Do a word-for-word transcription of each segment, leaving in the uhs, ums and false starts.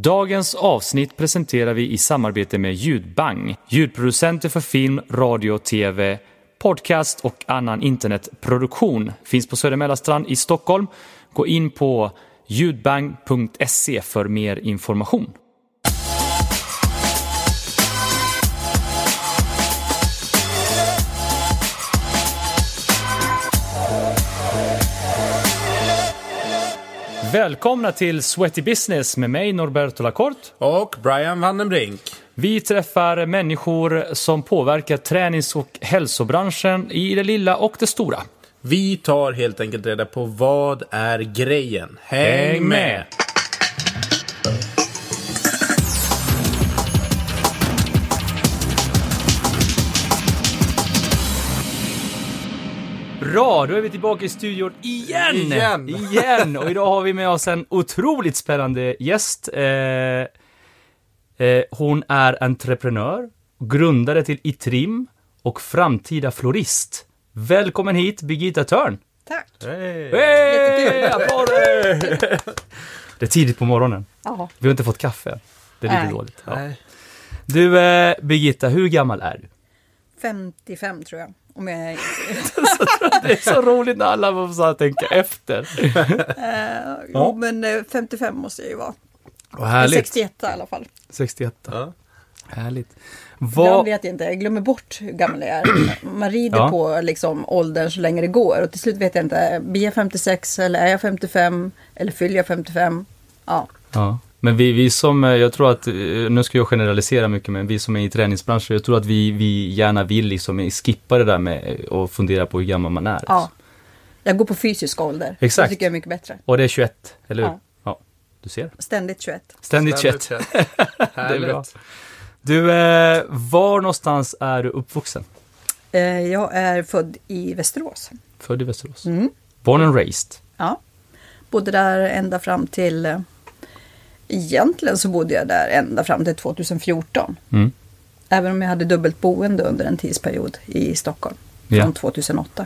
Dagens avsnitt presenterar vi i samarbete med Ljudbang, ljudproducenter för film, radio, tv, podcast och annan internetproduktion. Finns på Södermälarstrand i Stockholm. Gå in på ljudbang punkt se för mer information. Välkomna till Sweaty Business med mig Norberto Lacorte och Brian Vandenbrink. Vi träffar människor som påverkar tränings- och hälsobranschen i det lilla och det stora. Vi tar helt enkelt reda på vad är grejen. Häng, Häng med! med. Bra, då är vi tillbaka i studion igen! Igen! igen. Och idag har vi med oss en otroligt spännande gäst. Eh, eh, hon är entreprenör, grundare till Itrim och framtida florist. Välkommen hit, Birgitta Törn! Tack! Hey. Hey, applåder! Det är tidigt på morgonen. Aha. Vi har inte fått kaffe. Det är lite Nej. dåligt. Ja. Du, eh, Birgitta, hur gammal är du? femtiofem tror jag. Om jag är... Det är så roligt när alla måste tänka efter. uh, jo, ja. men uh, femtiofem måste jag ju vara. Vad härligt. sextioett i alla fall. sextioett. Ja. Härligt. Vad... Jag vet inte, jag glömmer bort hur gammal jag är. Man rider ja. på liksom, åldern så länge det går. Och till slut vet jag inte, blir jag femtiosex eller är jag femtiofem? Eller fyller jag femtiofem? Ja. Ja. Men vi, vi som, jag tror att, nu ska jag generalisera mycket, men vi som är i träningsbranschen, jag tror att vi, vi gärna vill liksom skippa det där med att fundera på hur gammal man är. Ja, jag går på fysisk ålder. Exakt. Det tycker jag är mycket bättre. Och det är tjugoett, eller hur? Ja. Ja, du ser. Ständigt tjugoett. Ständigt tjugoett. Ständigt Det är bra. Du, eh, var någonstans är du uppvuxen? Eh, jag är född i Västerås. Född i Västerås. Mm. Born and raised. Ja, bodde där ända fram till... Eh, Egentligen så bodde jag där ända fram till tjugohundrafjorton. Mm. Även om jag hade dubbelt boende under en tidsperiod i Stockholm. Från ja. tjugohundraåtta.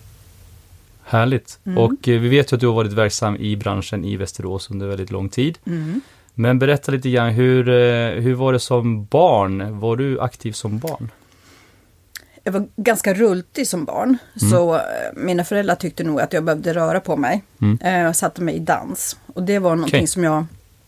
Härligt. Mm. Och eh, vi vet ju att du har varit verksam i branschen i Västerås under väldigt lång tid. Mm. Men berätta lite grann, hur, eh, hur var det som barn? Var du aktiv som barn? Jag var ganska rultig som barn. Mm. Så eh, mina föräldrar tyckte nog att jag behövde röra på mig. Mm. Eh, och satte mig i dans. Och det var någonting okay. som jag...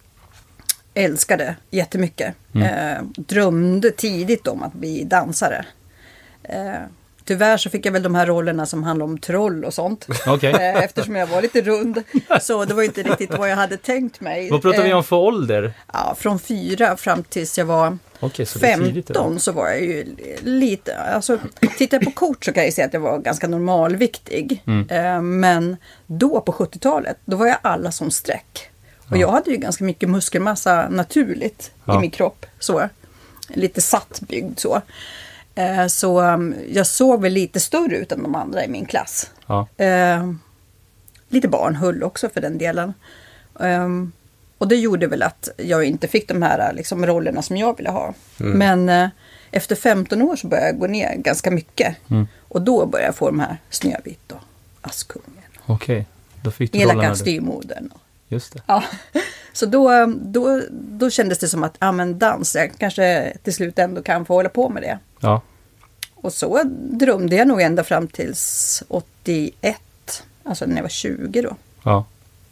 älskade jättemycket. Mm. Eh, drömde tidigt om att bli dansare. Eh, tyvärr så fick jag väl de här rollerna som handlar om troll och sånt. Okay. Eh, eftersom jag var lite rund. Så det var inte riktigt vad jag hade tänkt mig. Vad pratar vi om för ålder? Ja, från fyra fram tills jag var okay, så femton så var jag ju lite... Alltså, tittar jag på kort så kan jag säga att jag var ganska normalviktig. Mm. Eh, men då på sjuttiotalet, då var jag alla som streck. Och jag hade ju ganska mycket muskelmassa naturligt ja. i min kropp. Så. Lite sattbyggd så. Eh, så um, jag såg väl lite större ut än de andra i min klass. Ja. Eh, lite barnhull också för den delen. Eh, och det gjorde väl att jag inte fick de här liksom, rollerna som jag ville ha. Mm. Men eh, efter femton år så började jag gå ner ganska mycket. Mm. Och då började jag få de här Snövit och Askungen. Okej, okay. Då fick du elaka styrmodern. Just det. Ja, så då, då, då kändes det som att ja, men dans, jag kanske till slut ändå kan få hålla på med det. Ja. Och så drömde jag nog ända fram tills åttioett, alltså när jag var tjugo då. Ja.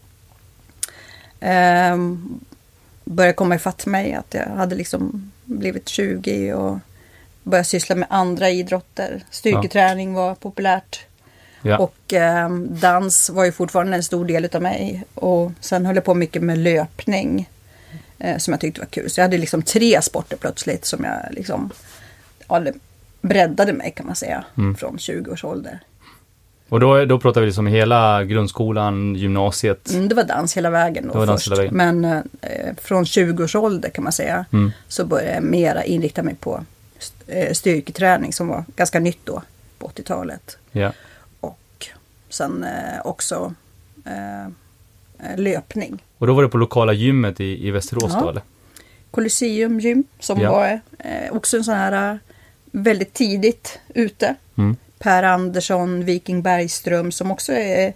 Ehm, började komma ifatt mig att jag hade liksom blivit tjugo och började syssla med andra idrotter. Styrketräning var populärt. Ja. Och eh, dans var ju fortfarande en stor del av mig. Och sen höll jag på mycket med löpning. Eh, som jag tyckte var kul. Så jag hade liksom tre sporter plötsligt som jag liksom ja, breddade mig kan man säga. Mm. Från tjugo års ålder. Och då, då pratar vi liksom hela grundskolan, gymnasiet. Mm, det var dans hela vägen då först. Hela vägen. Men eh, från tjugo års ålder kan man säga. Mm. Så började jag mera inrikta mig på st- styrketräning som var ganska nytt då på åttiotalet. Ja. Sen eh, också eh, löpning. Och då var det på lokala gymmet i, i Västerås ja. då eller? Colosseum gym som ja. var eh, också en sån här väldigt tidigt ute. Mm. Per Andersson, Viking Bergström som också är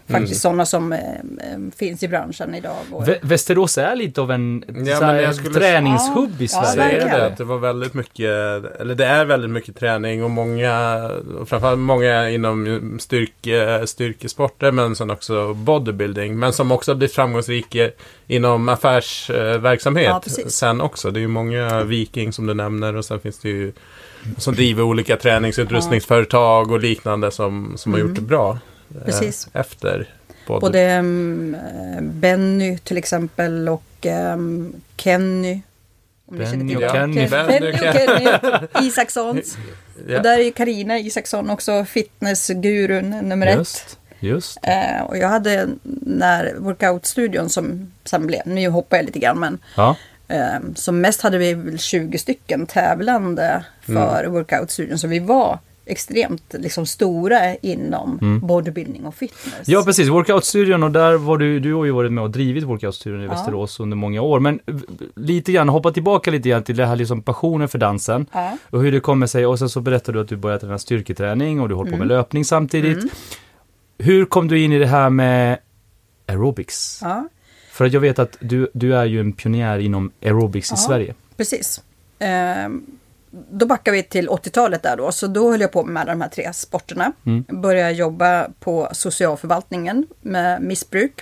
Faktiskt mm. sådana som eh, finns i branschen idag. Och... Vä- Västerås är lite av en ja, såhär, jag skulle... träningshubb ja, i Sverige. Ja, det, det var väldigt mycket, eller det är väldigt mycket träning och många, framförallt många inom styrke, styrkesporter men sen också bodybuilding. Men som också har blivit framgångsrika inom affärsverksamhet ja, sen också. Det är ju många Viking som du nämner och sen finns det ju som driver olika träningsutrustningsföretag och liknande som, som mm. har gjort det bra. Precis. Efter både, både um, Benny till exempel och um, Kenny. Om Benny och ja. Kenny. Benny och Kenny. Isakssons. Ja. Och där är ju Carina Isaksson också fitnessgurun nummer just, ett. Just. Uh, och jag hade när workoutstudion som sen blev, nu hoppar jag lite grann men ja. uh, som mest hade vi väl tjugo stycken tävlande för mm. workoutstudion så vi var extremt liksom stora inom mm. bodybuilding och fitness. Ja, precis. Workoutstudion och där var du, du har ju varit med och drivit Workoutstudion i ja. Västerås under många år. Men lite grann, hoppa tillbaka lite grann till det här liksom passionen för dansen ja. Och hur det kommer sig. Och sen så berättar du att du började träna styrketräning och du håller mm. på med löpning samtidigt. Mm. Hur kom du in i det här med aerobics? Ja. För att jag vet att du, du är ju en pionjär inom aerobics ja. I Sverige. Precis. Ehm. Då backar vi till åttiotalet där då. Så då höll jag på med de här tre sporterna. Mm. Började jobba på socialförvaltningen med missbruk.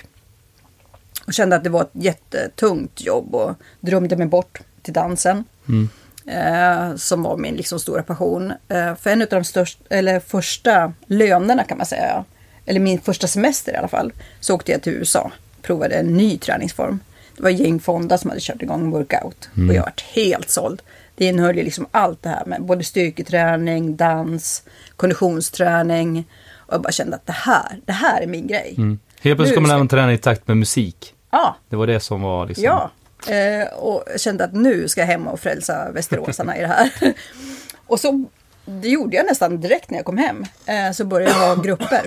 Och kände att det var ett jättetungt jobb. Och drömde mig bort till dansen. Mm. Eh, som var min liksom stora passion. Eh, för en av de största, eller första lönerna kan man säga. Eller min första semester i alla fall. Så åkte jag till U S A. Provade en ny träningsform. Det var Jane Fonda som hade kört igång workout. Mm. Och jag var helt såld. Det innehöll ju liksom allt det här med både styrketräning, dans, konditionsträning. Och jag bara kände att det här, det här är min grej. Mm. Helt plötsligt kommer man även träna i takt med musik. Ja. Det var det som var liksom... Ja, eh, och jag kände att nu ska jag hem och frälsa västeråsarna i det här. Och så, det gjorde jag nästan direkt när jag kom hem. Eh, så började jag ha grupper.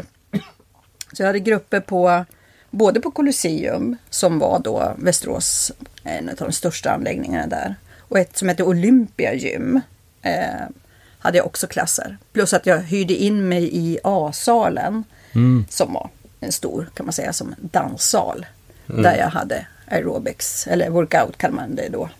Så jag hade grupper på, både på Colosseum, som var då Västerås, en av de största anläggningarna där. Och ett som heter Olympia Gym eh, hade jag också klasser. Plus att jag hyrde in mig i A-salen mm. som var en stor, kan man säga, som danssal. Mm. Där jag hade aerobics, eller workout kan man det då.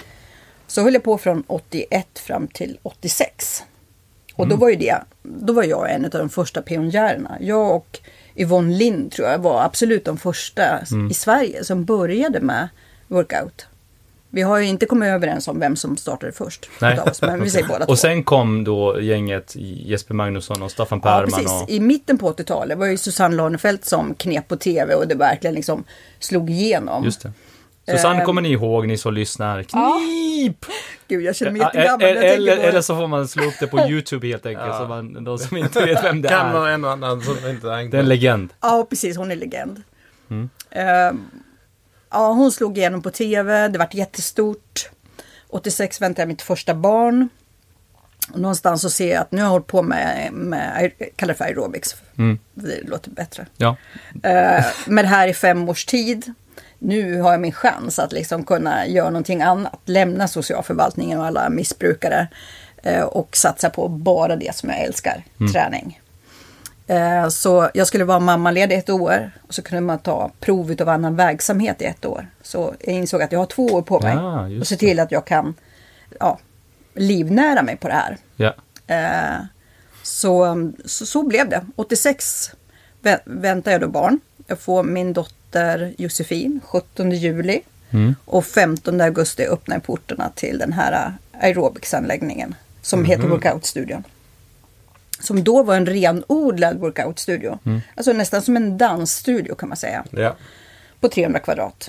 Så höll jag på från åttioett fram till åttiosex. Och mm. då var ju det, då var jag en av de första pionjärerna. Jag och Yvonne Lind tror jag var absolut de första mm. i Sverige som började med workout. Vi har ju inte kommit överens om vem som startade först. Nej. Av oss, men vi säger båda och två. Sen kom då gänget Jesper Magnusson och Staffan Perman. Ja, precis. Och... I mitten på åttiotalet var ju Susanne Lanefelt som knep på tv och det verkligen liksom slog igenom. Just det. Susanne kommer ni ihåg, ni som lyssnar. Knip! Ja. Gud, jag känner mig jättegammal. Eller, eller, eller så får man slå upp det på YouTube helt enkelt. Ja. Så man, de som inte vet vem det kan är. Kan vara en och annan som inte är. Det är en legend. Ja, precis. Hon är legend. Mm. Uh, ja, hon slog igenom på tv. Det var jättestort. åttiosex väntade jag mitt första barn. Och någonstans så ser jag att nu har jag hållit på med, med kallar det för aerobics. Mm. Det låter bättre. Ja. Uh, med det här i fem års tid. Nu har jag min chans att liksom kunna göra någonting annat. Lämna socialförvaltningen och alla missbrukare. Uh, och satsa på bara det som jag älskar. Mm. Träning. Uh, så jag skulle vara mammaledig ett år. Och så kunde man ta prov av annan verksamhet i ett år. Så jag insåg att jag har två år på mig. Ah, och se till att jag kan ja, livnära mig på det här. Ja. Uh, så, så så blev det. åttiosex vä- väntar jag då barn. Jag får min dotter Josefin sjuttonde juli. Mm. Och femtonde augusti öppnar portarna till den här aerobicsanläggningen. Som mm. heter Workoutstudion. Som då var en renodlad workoutstudio. Mm. Alltså nästan som en dansstudio kan man säga. Ja. På trehundra kvadrat.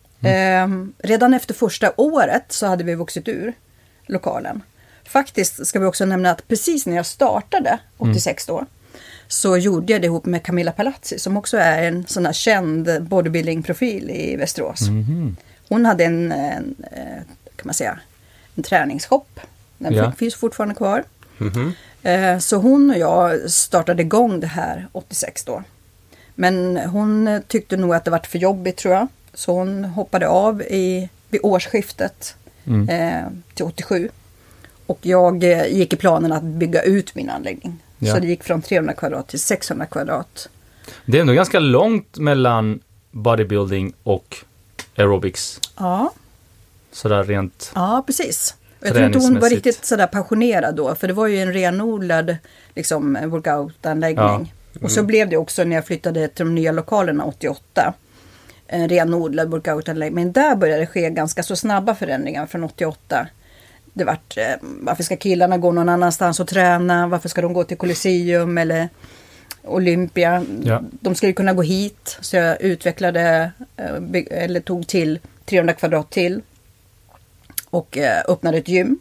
Mm. Eh, redan efter första året så hade vi vuxit ur lokalen. Faktiskt ska vi också nämna att precis när jag startade, åttiosex mm. då. Så gjorde jag det ihop med Camilla Palazzi. Som också är en sån här känd bodybuilding-profil i Västerås. Mm. Hon hade en, en, kan man säga, en träningsshop. Den ja. finns fortfarande kvar. Mm. Så hon och jag startade igång det här åttiosex då. Men hon tyckte nog att det var för jobbigt tror jag. Så hon hoppade av i, vid årsskiftet mm. eh, till åttiosju. Och jag gick i planen att bygga ut min anläggning. Ja. Så det gick från trehundra kvadrat till sexhundra kvadrat. Det är ändå ganska långt mellan bodybuilding och aerobics. Ja. Sådär rent... Ja, precis. Jag tror inte hon var riktigt sådär passionerad då. För det var ju en renodlad liksom, workout-anläggning. Ja. Mm. Och så blev det också när jag flyttade till de nya lokalerna åttioåtta. En renodlad workout-anläggning. Men där började det ske ganska så snabba förändringar från åttioåtta. Det vart, eh, varför ska killarna gå någon annanstans och träna? Varför ska de gå till Colosseum eller Olympia? Ja. De skulle kunna gå hit. Så jag utvecklade, eh, bygg, eller tog till trehundra kvadrat till. Och eh, öppnade ett gym.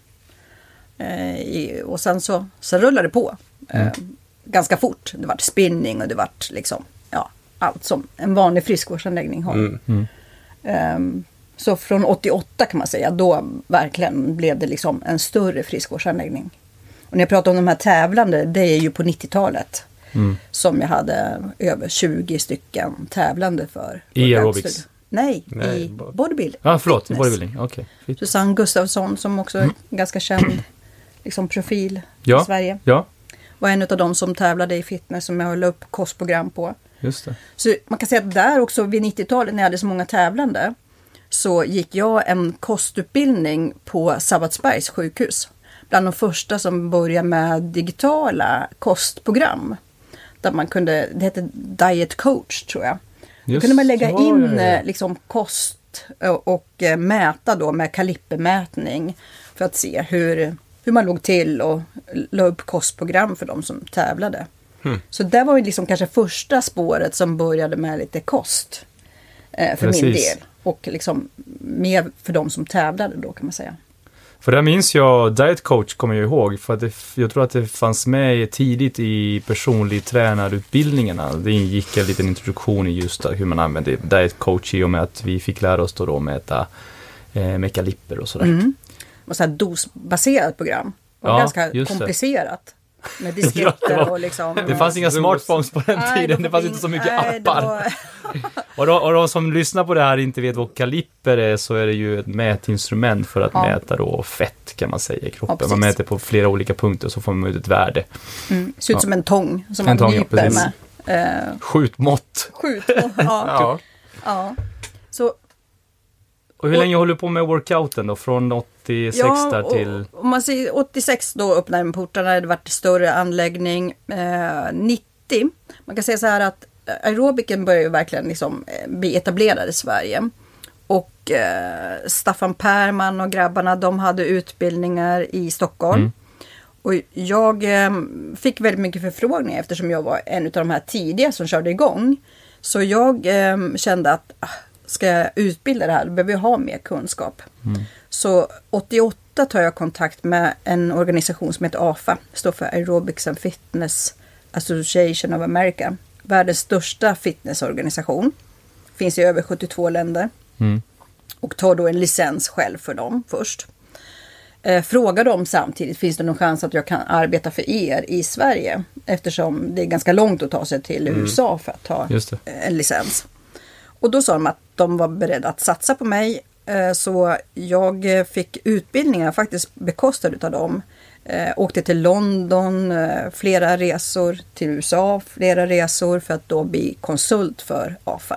Eh, i, och sen så, så rullade det på. Eh, mm. Ganska fort. Det vart spinning och det vart liksom, ja, allt som en vanlig friskvårdsanläggning har. Mm. Mm. Um, så från åttioåtta kan man säga, då verkligen blev det liksom en större friskvårdsanläggning. Och när jag pratar om de här tävlande, det är ju på nittiotalet. Mm. Som jag hade över tjugo stycken tävlande för. I aerobics? Nej, Nej, i bodybuilding. Ja, ah, förlåt, i bodybuilding, okej. Okay. Susanne Gustafsson som också är mm. ganska känd liksom profil ja. i Sverige. Ja. Var en av de som tävlade i fitness som jag höll upp kostprogram på. Just det. Så man kan säga att där också vid nittiotalet när jag hade så många tävlande så gick jag en kostutbildning på Sabbatsbergs sjukhus. Bland de första som började med digitala kostprogram. Där man kunde, det hette Diet Coach tror jag. Då kunde man lägga in liksom kost och, och mäta då med kalibermätning för att se hur, hur man låg till och la upp kostprogram för de som tävlade. Hmm. Så det var ju liksom kanske första spåret som började med lite kost eh, för Precis. min del. Och liksom mer för de som tävlade då kan man säga. För det minns jag, Diet Coach kommer jag ihåg. För att det, jag tror att det fanns med tidigt i personlig tränarutbildningarna. Det ingick en liten introduktion i just hur man använde Diet Coach i och med att vi fick lära oss då, då med äta eh, med kaliber och sådär. Mm. Och så här dosbaserat program. Och ja, ganska komplicerat. Det. Med disketter ja, var, och liksom... Det fanns inga smartphones på den nej, tiden. Det, det fanns inte så mycket nej, appar. Var... och, då, och de som lyssnar på det här inte vet vad kaliber är så är det ju ett mätinstrument för att ja. mäta då fett kan man säga i kroppen. Ja, man mäter på flera olika punkter så får man ut ett värde. Mm. Ser ut ja. som en tång som en man tång, nyper ja, med. Uh... Skjutmått. Skjutmått, ja. ja. ja. Så... Och hur länge och, håller du på med workouten då? Från åttiosex ja, där till... Om man säger åttiosex då öppnade portarna. Det varit större anläggning. Eh, nittio. Man kan säga så här att aerobiken börjar ju verkligen liksom bli etablerad i Sverige. Och eh, Staffan Perman och grabbarna de hade utbildningar i Stockholm. Mm. Och jag eh, fick väldigt mycket förfrågningar eftersom jag var en av de här tidiga som körde igång. Så jag eh, kände att... Ska jag utbilda det här, då behöver jag ha mer kunskap. Mm. Så åttioåtta tar jag kontakt med en organisation som heter A F A. Står för Aerobics and Fitness Association of America. Världens största fitnessorganisation. Finns i över sjuttiotvå länder. Mm. Och tar då en licens själv för dem först. Eh, frågar dem samtidigt, finns det någon chans att jag kan arbeta för er i Sverige? Eftersom det är ganska långt att ta sig till mm. U S A för att ta en licens. Och då sa de att de var beredda att satsa på mig. Så jag fick utbildningar faktiskt bekostade av dem. Åkte till London, flera resor till U S A, flera resor för att då bli konsult för A F A.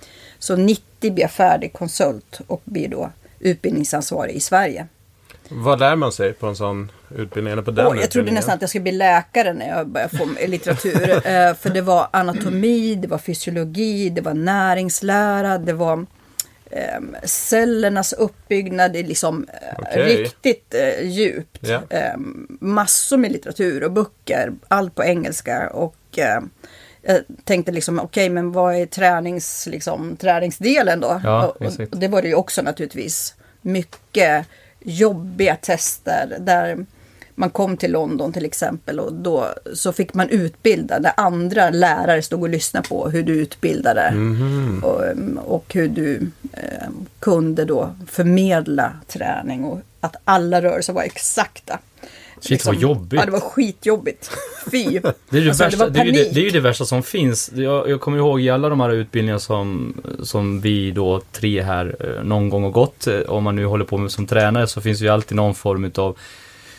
Så nittio blir jag färdig konsult och blir då utbildningsansvarig i Sverige. Vad lär man sig på en sån utbildning? Eller på den oh, jag trodde nästan att jag skulle bli läkare när jag började få litteratur. eh, för det var anatomi, det var fysiologi, det var näringslära, det var eh, cellernas uppbyggnad. Det är liksom eh, okay. riktigt eh, djupt. Yeah. Eh, massor med litteratur och böcker, allt på engelska. Och eh, jag tänkte liksom, okej, okay, men vad är tränings, liksom, träningsdelen då? Ja, och, och det var det ju också naturligtvis. Mycket jobbiga tester där man kom till London till exempel och då så fick man utbilda där andra lärare stod och lyssnade på hur du utbildade mm-hmm. och, och hur du eh, kunde då förmedla träning och att alla rörelser var exakta. Shit, liksom, vad jobbigt. Ja, det var skitjobbigt. Fy. Det är, ju alltså, värsta, det, det, är ju det, det är ju det värsta som finns. Jag, jag kommer ihåg i alla de här utbildningarna som, som vi då tre här någon gång har gått. Om man nu håller på med som tränare så finns det ju alltid någon form av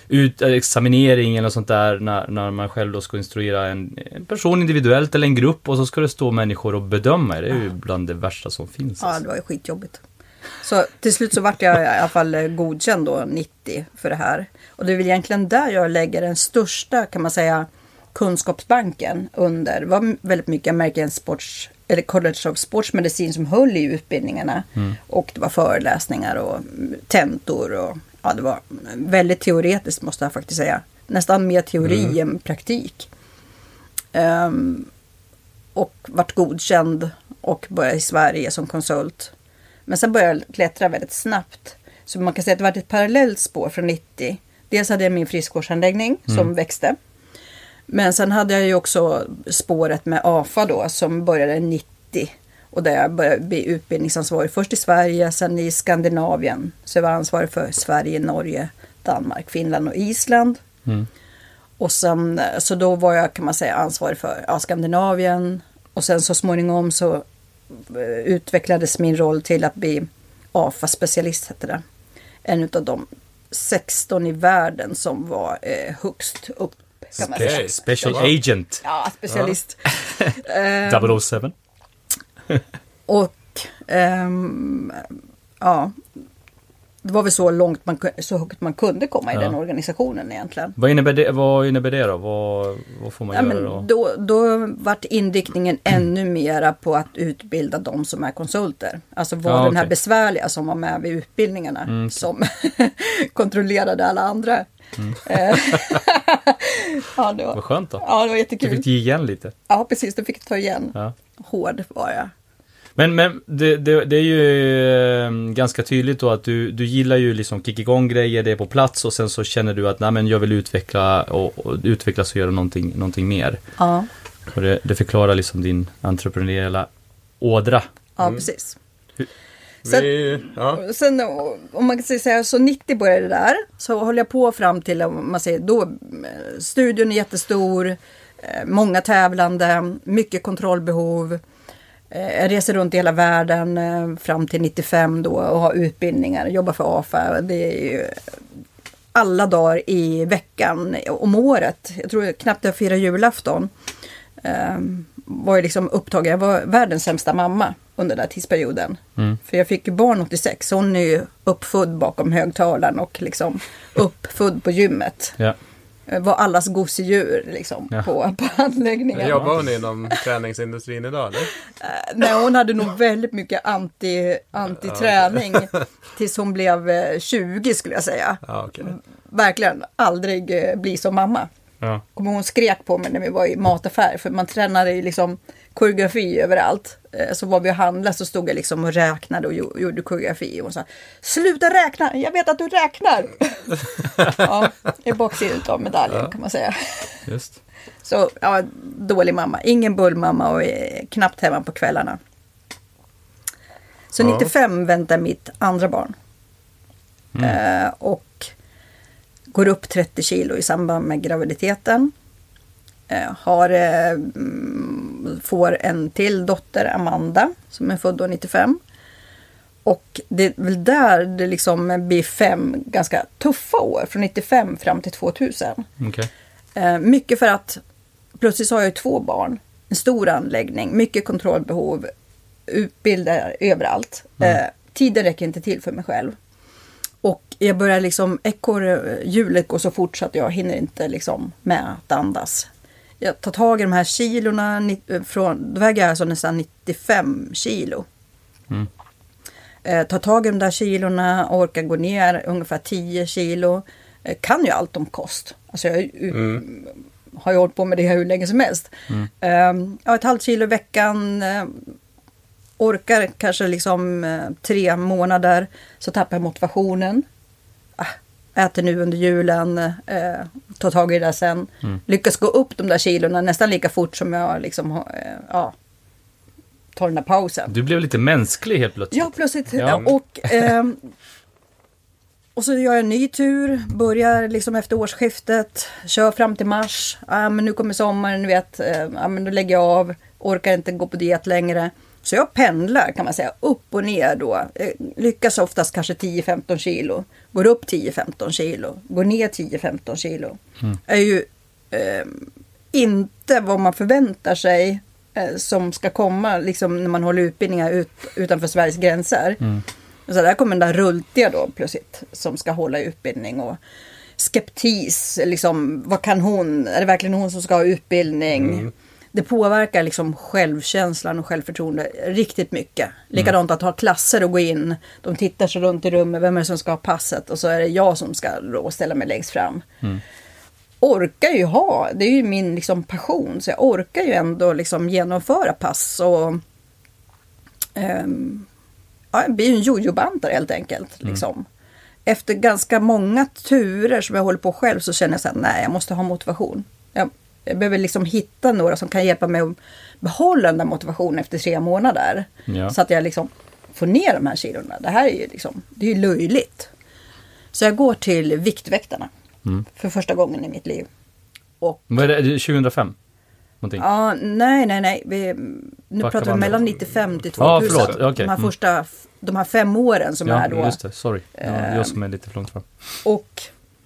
ut, examinering eller sånt där när, när man själv då ska instruera en, en person individuellt eller en grupp och så ska det stå människor och bedöma. Det är ju bland det värsta som finns. Ja, alltså. Det var ju skitjobbigt. Så till slut så vart jag i alla fall godkänd då nittio för det här. Och det är väl egentligen där jag lägger den största, kan man säga, kunskapsbanken under. Det var väldigt mycket American Sports, eller College of Sportsmedicin som höll i utbildningarna. Mm. Och det var föreläsningar och tentor och ja, det var väldigt teoretiskt måste jag faktiskt säga. Nästan mer teori mm. än praktik. Um, och vart godkänd och började i Sverige som konsult. Men sen började jag klättra väldigt snabbt. Så man kan säga att det var ett parallellt spår från nittio. Dels hade jag min friskvårdsanläggning mm. som växte. Men sen hade jag ju också spåret med A F A då som började nittio. Och där jag började bli utbildningsansvarig först i Sverige, sen i Skandinavien. Så jag var ansvarig för Sverige, Norge, Danmark, Finland och Island. Mm. Och sen, så då var jag, kan man säga, ansvarig för ja, Skandinavien. Och sen så småningom så utvecklades min roll till att bli A F A-specialist, hette det. En av de sexton i världen som var eh, högst upp. Kan man säga. Special agent. Ja, specialist. Ja. double oh seven. Och um, ja, det var väl så långt man, så högt man kunde komma ja. i den organisationen egentligen. Vad innebär det, vad innebär det då? Vad, vad får man ja, göra då? då? Då vart inriktningen ännu mera på att utbilda de som är konsulter. Alltså var ja, den här okay. besvärliga som var med vid utbildningarna mm, okay. som kontrollerade alla andra. Mm. ja, det var, vad skönt då. Ja, det var jättekul. Du fick ge igen lite. Ja, precis. Du fick ta igen. Ja. Hård var jag. Men, men det, det, det är ju ganska tydligt då att du, du gillar ju liksom kicka igång grejer, det är på plats och sen så känner du att nej, men jag vill utveckla och, och utvecklas och göra någonting, någonting mer. Ja. Och det, det förklarar liksom din entreprenöriella ådra. Ja, mm. precis. Sen, Vi, ja. sen om man kan säga så nittio började det där, så håller jag på fram till, om man säger då, studion är jättestor, många tävlande, mycket kontrollbehov. Jag reser runt i hela världen fram till nittiofem då och har utbildningar, jobbar för A F A. Det är ju alla dagar i veckan om året. Jag tror knappt jag firar julafton. Var ju liksom upptagen. Jag var världens sämsta mamma under den här tidsperioden. Mm. För jag fick ju barn åttiosex. Hon är ju uppfödd bakom högtalaren och liksom uppfödd på gymmet. Ja. Var allas gosedjur liksom ja. på, på anläggningen. Jobbar hon inom träningsindustrin idag eller? Uh, nej, hon hade nog väldigt mycket anti, anti-träning ja, tills hon blev tjugo skulle jag säga. Ja, okay. Verkligen aldrig uh, bli som mamma. Ja. Kommer hon skrek på mig när vi var i mataffär för man tränade ju liksom koreografi överallt. Så var vi och handlade så stod jag liksom och räknade och gjorde koreografi och hon sa sluta räkna, jag vet att du räknar. Ja, i baksidan av medaljen ja. kan man säga. Just. Så ja, dålig mamma, ingen bullmamma och är knappt hemma på kvällarna. Så ja. nittiofem väntar mitt andra barn. Mm. Eh, och går upp trettio kilo i samband med graviditeten. Eh, har, eh, får en till dotter, Amanda, som är född då nittiofem. Och det är väl där det liksom blir fem ganska tuffa år, från nittiofem fram till tvåtusen. Okay. Eh, mycket för att plötsligt så har jag ju två barn, en stor anläggning, mycket kontrollbehov, utbildar överallt. Mm. Eh, tiden räcker inte till för mig själv. Och jag börjar liksom, ekorrhjulet går så fort så att jag hinner inte liksom med att andas. Jag tar tag i de här kilorna, från, då väger jag alltså nästan nittiofem kilo. Mm. Eh, tar tag i de där kilorna, orkar gå ner ungefär tio kilo. Eh, kan ju allt om kost. Alltså jag mm. har ju hållit på med det här hur länge som helst. Mm. Eh, ja, ett halvt kilo i veckan. Eh, orkar kanske liksom eh, tre månader så tappar jag motivationen. Ah, äter nu under julen, eh, tar tag i det där sen. Mm. Lyckas gå upp de där kilorna nästan lika fort som jag liksom, eh, ja, tar den där pausen. Du blev lite mänsklig helt plötsligt. Ja, plötsligt. Ja. Och, eh, och så gör jag en ny tur, börjar liksom efter årsskiftet, kör fram till mars. Ah, men nu kommer sommaren, ni vet, eh, ah, men då lägger jag av, orkar inte gå på diet längre. Så jag pendlar kan man säga upp och ner då. Jag lyckas oftast kanske tio femton kilo. Går upp tio femton kilo. Går ner tio femton kilo. Mm. Är ju eh, inte vad man förväntar sig eh, som ska komma liksom, när man håller utbildningar ut, utanför Sveriges gränser. Mm. Så där kommer den där rultiga då plötsligt som ska hålla utbildning och skeptis, liksom, vad kan hon? Är det verkligen hon som ska ha utbildning? Mm. Det påverkar liksom självkänslan och självförtroende riktigt mycket. Likadant att ha klasser och gå in. De tittar sig runt i rummet. Vem är det som ska ha passet? Och så är det jag som ska då ställa mig längst fram. Mm. Orkar ju ha. Det är ju min liksom passion. Så jag orkar ju ändå liksom genomföra pass. Och um, ja, jag blir ju en jojo-bantare helt enkelt. Mm. Liksom. Efter ganska många turer som jag håller på själv så känner jag så här, nej, jag måste ha motivation. Jag, jag behöver liksom hitta några som kan hjälpa mig att behålla den där motivationen efter tre månader. Ja. Så att jag liksom får ner de här kilorna. Det här är ju liksom, det är ju löjligt. Så jag går till Viktväktarna mm. för första gången i mitt liv. Och, vad är det, tjugohundrafem? Någonting. Ja, nej, nej, nej. Vi, nu Backa pratar vi mellan nittiofem till tvåtusen. Ja, förlåt. Okay. De här mm. första, de här fem åren som ja, är då. Ja, just det. Sorry. Ja, jag som är lite för långt fram. Och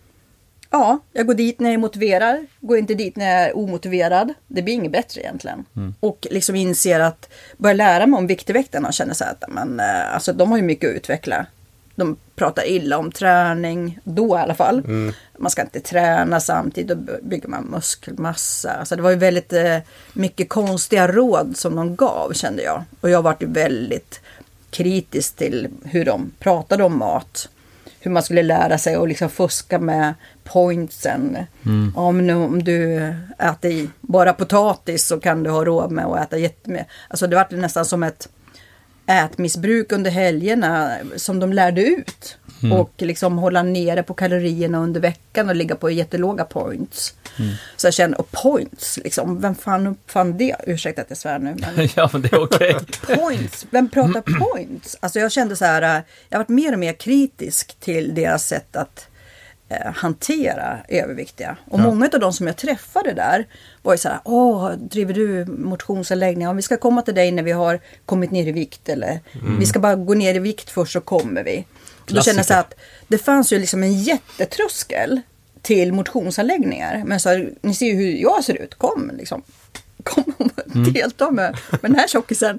ja, jag går dit när jag är motiverad. Går inte dit när jag är omotiverad. Det blir inget bättre egentligen. Mm. Och liksom inser att, börja lära mig om Viktväktarna och känner så att men, alltså, de har ju mycket att utveckla. De pratar illa om träning, då i alla fall. Mm. Man ska inte träna samtidigt, då bygger man muskelmassa. Alltså det var ju väldigt eh, mycket konstiga råd som de gav, kände jag. Och jag var ju väldigt kritisk till hur de pratade om mat. Hur man skulle lära sig att liksom fuska med pointsen. Mm. Om, om du äter bara potatis så kan du ha råd med att äta jättemycket. Alltså det var nästan som ett ätmissbruk under helgerna som de lärde ut. Mm. Och liksom hålla nere på kalorierna under veckan och ligga på jättelåga points. Mm. Så jag kände, och points, liksom, vem fan uppfann det? Ursäkta att jag svär nu. Men ja, men det är okej. Okay. Points, vem pratar points? Alltså jag kände så här, jag har varit mer och mer kritisk till deras sätt att eh, hantera överviktiga. Och ja. Många av de som jag träffade där var ju så här, åh, driver du motionsanläggningar? Om vi ska komma till dig när vi har kommit ner i vikt, eller mm. vi ska bara gå ner i vikt först så kommer vi. Då känner jag så att det fanns ju liksom en jättetröskel till motionsanläggningar. Men så, ni ser ju hur jag ser ut. Kom liksom. Kom och mm. delta med, med den här tjockisen.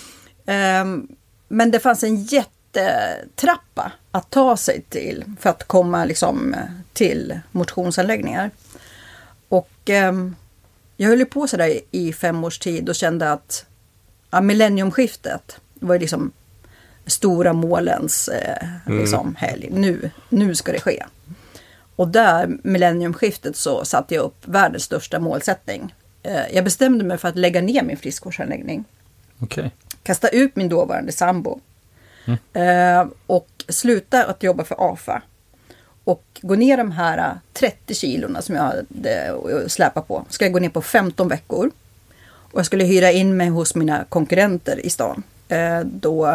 Um, men det fanns en jättetrappa att ta sig till för att komma liksom till motionsanläggningar. Och um, jag höll ju på så där i fem års tid och kände att ja, millenniumskiftet var ju liksom stora målens eh, mm. liksom, helg. Nu, nu ska det ske. Och där, millenniumskiftet, så satte jag upp världens största målsättning. Eh, jag bestämde mig för att lägga ner min friskvårdsanläggning. Okay. Kasta ut min dåvarande sambo. Mm. Eh, och sluta att jobba för A F A. Och gå ner de här trettio kilorna som jag hade släpa på. Ska jag gå ner på femton veckor. Och jag skulle hyra in mig hos mina konkurrenter i stan. Eh, då...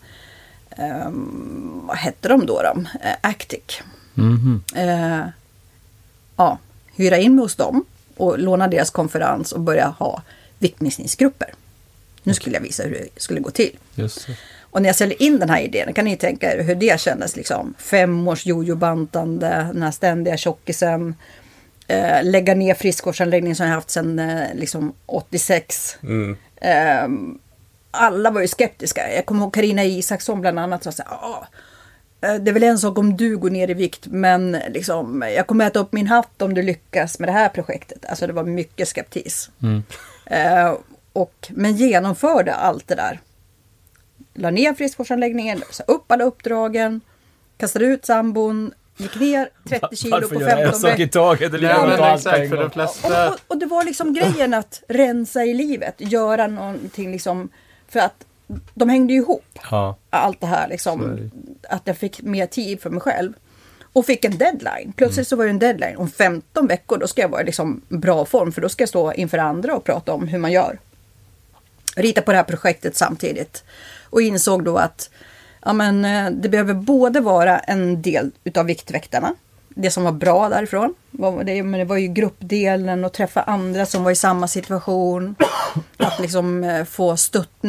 Um, vad hette de då? då? Uh, Actic. Mm-hmm. Uh, ja, hyra in mig hos dem och låna deras konferens och börja ha viktminskningsgrupper. Nu skulle jag visa hur det skulle gå till. Just det. Och när jag säljer in den här idén, kan ni tänka er hur det kändes liksom. Fem års jojo-bantande, den här ständiga tjockisen. Uh, lägga ner friskvårdsanläggningen som jag haft sedan uh, liksom åttiosex. Mm. Uh, Alla var ju skeptiska. Jag kommer ihåg Carina Isaksson bland annat. Så att, ah, det är väl en sak om du går ner i vikt. Men liksom, jag kommer äta upp min hatt om du lyckas med det här projektet. Alltså det var mycket skeptis. Mm. Eh, och, men genomförde allt det där. La ner friskvårdsanläggningen. Så upp alla uppdragen. Kastade ut sambon. Gick ner trettio kilo på femton veckor. Och, och, och det var liksom grejen att rensa i livet. Göra någonting liksom. För att de hängde ju ihop. Ja. Allt det här liksom. Att jag fick mer tid för mig själv. Och fick en deadline. Plötsligt mm. så var det en deadline. Om femton veckor då ska jag vara i liksom bra form. För då ska jag stå inför andra och prata om hur man gör. Rita på det här projektet samtidigt. Och insåg då att ja, men, det behöver både vara en del utav Viktväktarna. Det som var bra därifrån. Det, men det var ju gruppdelen och träffa andra som var i samma situation. Att liksom få stöttning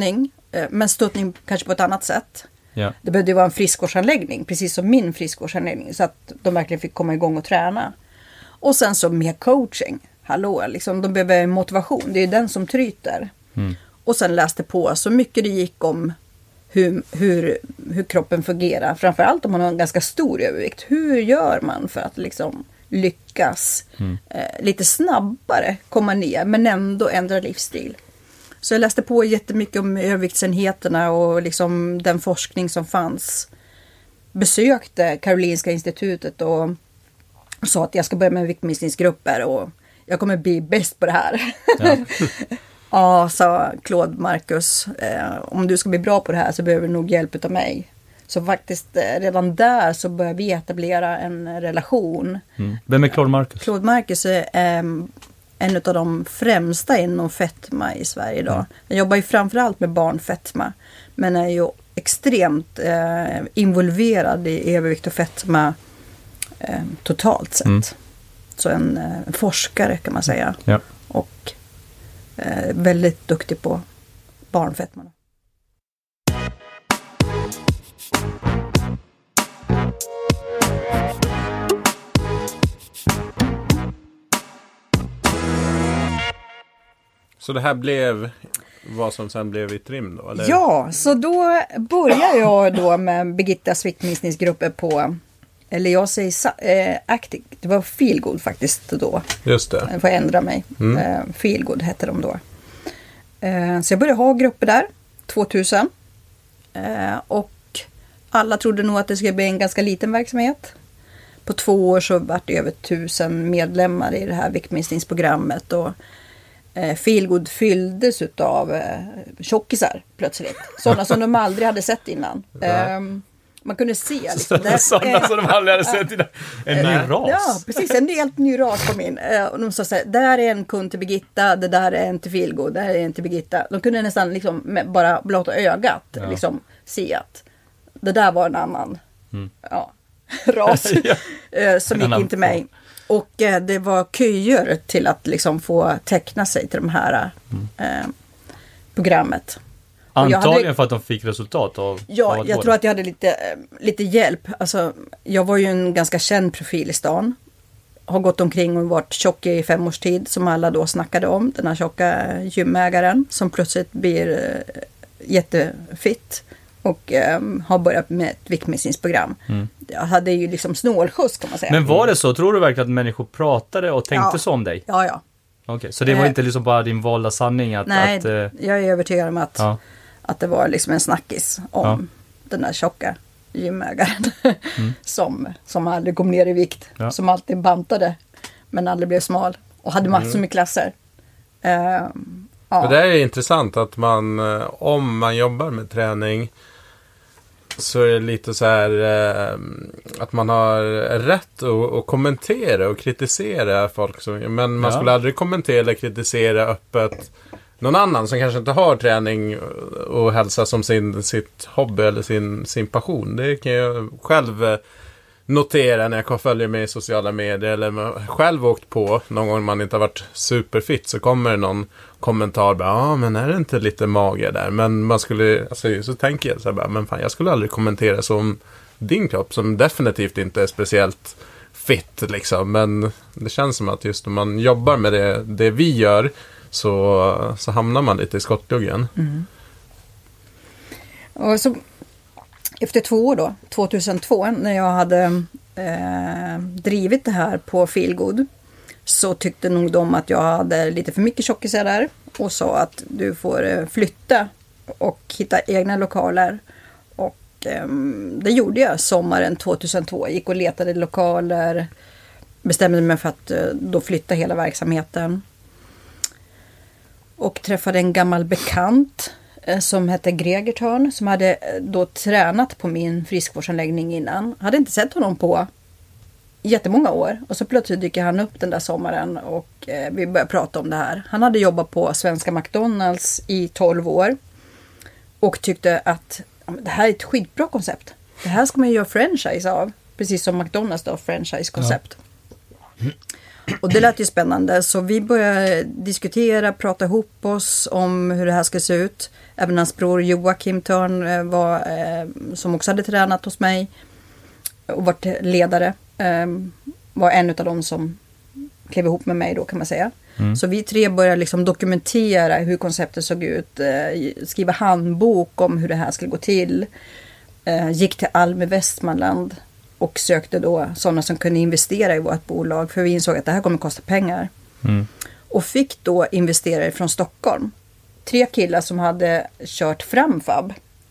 Men stöttning kanske på ett annat sätt. Ja. Det behövde vara en friskvårdsanläggning, precis som min friskvårdsanläggning. Så att de verkligen fick komma igång och träna. Och sen så med coaching. Hallå, liksom, de behöver motivation. Det är den som tryter. Mm. Och sen läste på så mycket det gick om hur, hur, hur kroppen fungerar. Framförallt om man har en ganska stor övervikt. Hur gör man för att liksom lyckas mm. eh, lite snabbare komma ner men ändå ändra livsstil. Så jag läste på jättemycket om överviktsenheterna och liksom den forskning som fanns. Besökte Karolinska institutet och sa att jag ska börja med viktminskningsgrupper och jag kommer bli bäst på det här. Ja, ja sa Claude Marcus. Eh, om du ska bli bra på det här så behöver du nog hjälp av mig. Så faktiskt eh, redan där så börjar vi etablera en relation. Mm. Vem är Claude Marcus? Claude Marcus är eh, en av de främsta inom fetma i Sverige idag. Mm. Jag jobbar ju framförallt med barnfetma. Men är ju extremt eh, involverad i övervikt och fetma eh, totalt sett. Mm. Så en eh, forskare kan man säga. Ja. Och eh, väldigt duktig på barnfetma. Så det här blev vad som sen blev i Trim då? Eller? Ja, så då började jag då med Birgittas viktminskningsgrupper på, eller jag säger äh, Active, det var Feelgood faktiskt då. Just det. Jag får ändra mig. Mm. Äh, Feelgood hette de då. Äh, så jag började ha grupper där, tvåtusen. Äh, och alla trodde nog att det skulle bli en ganska liten verksamhet. På två år så var det över tusen medlemmar i det här viktminskningsprogrammet och Feelgood fylldes av eh, tjockisar plötsligt. Sådana som de aldrig hade sett innan. Eh, man kunde se. Liksom, där, Sådana eh, som de aldrig hade sett innan. En ny eh, ras. Ja, precis. En helt ny ras på min. Eh, och de sa så här, där är en kund till Birgitta, det där är en till Feelgood, det här är en till Birgitta. De kunde nästan liksom, med bara blotta ögat ja. liksom, se att det där var en annan mm. ja, ras ja. eh, som gick in till mig. Och eh, det var köer till att liksom få teckna sig till de här mm. eh, programmet. Antagligen hade, för att de fick resultat av Ja, av jag tror att jag hade lite, lite hjälp. Alltså, jag var ju en ganska känd profil i stan. Har gått omkring och varit tjock i fem års tid som alla då snackade om. Den här tjocka gymägaren som plötsligt blir eh, jättefitt. Och um, har börjat med ett viktminskningsprogram. Mm. Jag hade ju liksom snålskjuts kan man säga. Men var det så? Tror du verkligen att människor pratade och tänkte ja. så om dig? Ja, ja. Okej, okay. Så det var eh, inte liksom bara din valda sanning? Att, nej, att, uh, jag är övertygad om att, ja. att det var liksom en snackis om ja. den där tjocka gymägaren. mm. som, som aldrig kom ner i vikt. Ja. Som alltid bantade. Men aldrig blev smal. Och hade massor mm. med klasser. Uh, ja. Det är intressant att man, om man jobbar med träning så är det lite så här eh, att man har rätt att, att kommentera och kritisera folk. Som, men man ja. skulle aldrig kommentera eller kritisera öppet någon annan som kanske inte har träning och hälsa som sin, sitt hobby eller sin, sin passion. Det kan jag själv notera när jag följer med i sociala medier eller själv åkt på någon gång man inte har varit superfit så kommer det någon kommentar bara, ja ah, men är det inte lite mage där? Men man skulle, alltså, så tänker jag så här bara, men fan jag skulle aldrig kommentera som din kropp som definitivt inte är speciellt fit liksom, men det känns som att just när man jobbar med det, det vi gör så, så hamnar man lite i skottgluggen. Mm. Och så efter två år då, tjugohundratvå, när jag hade eh, drivit det här på Feelgood så tyckte nog de att jag hade lite för mycket tjockisar där och sa att du får eh, flytta och hitta egna lokaler. Och eh, det gjorde jag sommaren tjugohundratvå. Gick och letade lokaler, bestämde mig för att eh, då flytta hela verksamheten. Och träffade en gammal bekant som hette Gregertörn som hade då tränat på min friskvårdsanläggning innan. Hade inte sett honom på jättemånga år. Och så plötsligt dyker han upp den där sommaren och eh, vi började prata om det här. Han hade jobbat på svenska McDonalds i tolv år. Och tyckte att ja, det här är ett skitbra koncept. Det här ska man ju göra franchise av. Precis som McDonalds då, franchise-koncept. Ja. Och det lät ju spännande, så vi började diskutera, prata ihop oss om hur det här ska se ut. Även hans bror Joakim Törn var, eh, som också hade tränat hos mig och varit ledare, eh, var en av dem som klev ihop med mig då, kan man säga. Mm. Så vi tre började liksom dokumentera hur konceptet såg ut, eh, skriva handbok om hur det här skulle gå till. Eh, gick till Almi Västmanland och sökte då sådana som kunde investera i vårt bolag, för vi insåg att det här kommer kosta pengar. Mm. Och fick då investerare från Stockholm. Tre killar som hade kört Framfab.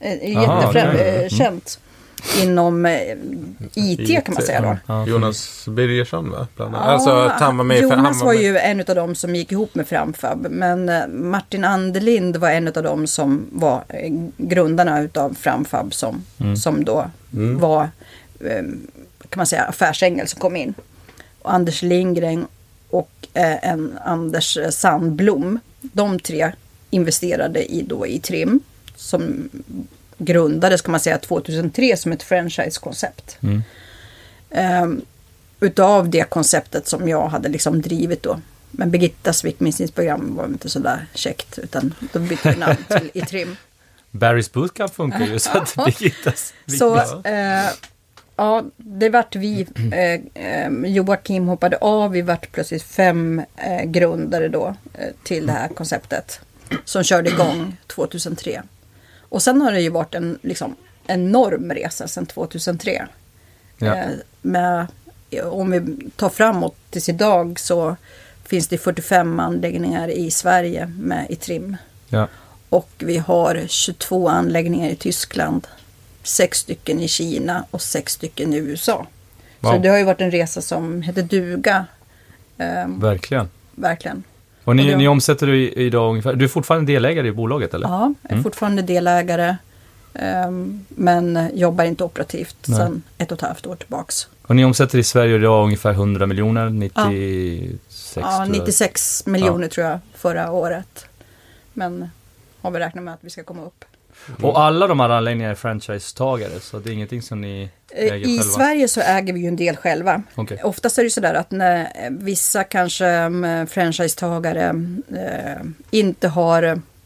Jättekänt. Mm. Inom eh, I T, I T kan man säga då. Ja. Jonas Birgersson, va? Ja, alltså, han var med Jonas var, var ju en av dem som gick ihop med Framfab. Men eh, Martin Anderlind var en av dem som var eh, grundarna utav Framfab. Som, mm. som då mm. var, eh, kan man säga, affärsängel som kom in. Och Anders Lindgren och eh, en Anders Sandblom. De tre investerade i, då, i Trim. Som grundades, kan man säga, tjugohundratre som ett franchise-koncept. Mm. Um, utav det konceptet som jag hade liksom drivit då. Men Birgittas viktminskningsprogram var inte så där käckt, utan då bytte vi namn till i Trim. Barry's Bootcamp funkar ju så att Birgittas så uh, ja, det vart vi uh, Joakim hoppade av, vi vart plötsligt fem uh, grundare då uh, till det här konceptet som körde igång tjugohundratre. Och sen har det ju varit en liksom, enorm resa sedan tjugohundratre. Ja. Eh, med, om vi tar framåt tills idag så finns det fyrtiofem anläggningar i Sverige med i Trim. Ja. Och vi har tjugotvå anläggningar i Tyskland, sex stycken i Kina och sex stycken i U S A. Wow. Så det har ju varit en resa som heter duga. Eh, verkligen. Verkligen. Och ni, och ni omsätter du idag ungefär, du är fortfarande delägare i bolaget eller? Ja, jag är mm. fortfarande delägare. Um, men jobbar inte operativt Nej. sedan ett och ett halvt år tillbaks. Och ni omsätter i Sverige idag ungefär hundra miljoner, nittiosex Ja, ja nittiosex miljoner ja. tror jag förra året. Men har vi räknat med att vi ska komma upp. Mm. Och alla de här anläggningarna är franchise-tagare, så det är ingenting som ni äger I själva? I Sverige så äger vi ju en del själva. Okay. Oftast är det ju sådär att när vissa kanske um, franchise-tagare uh, inte har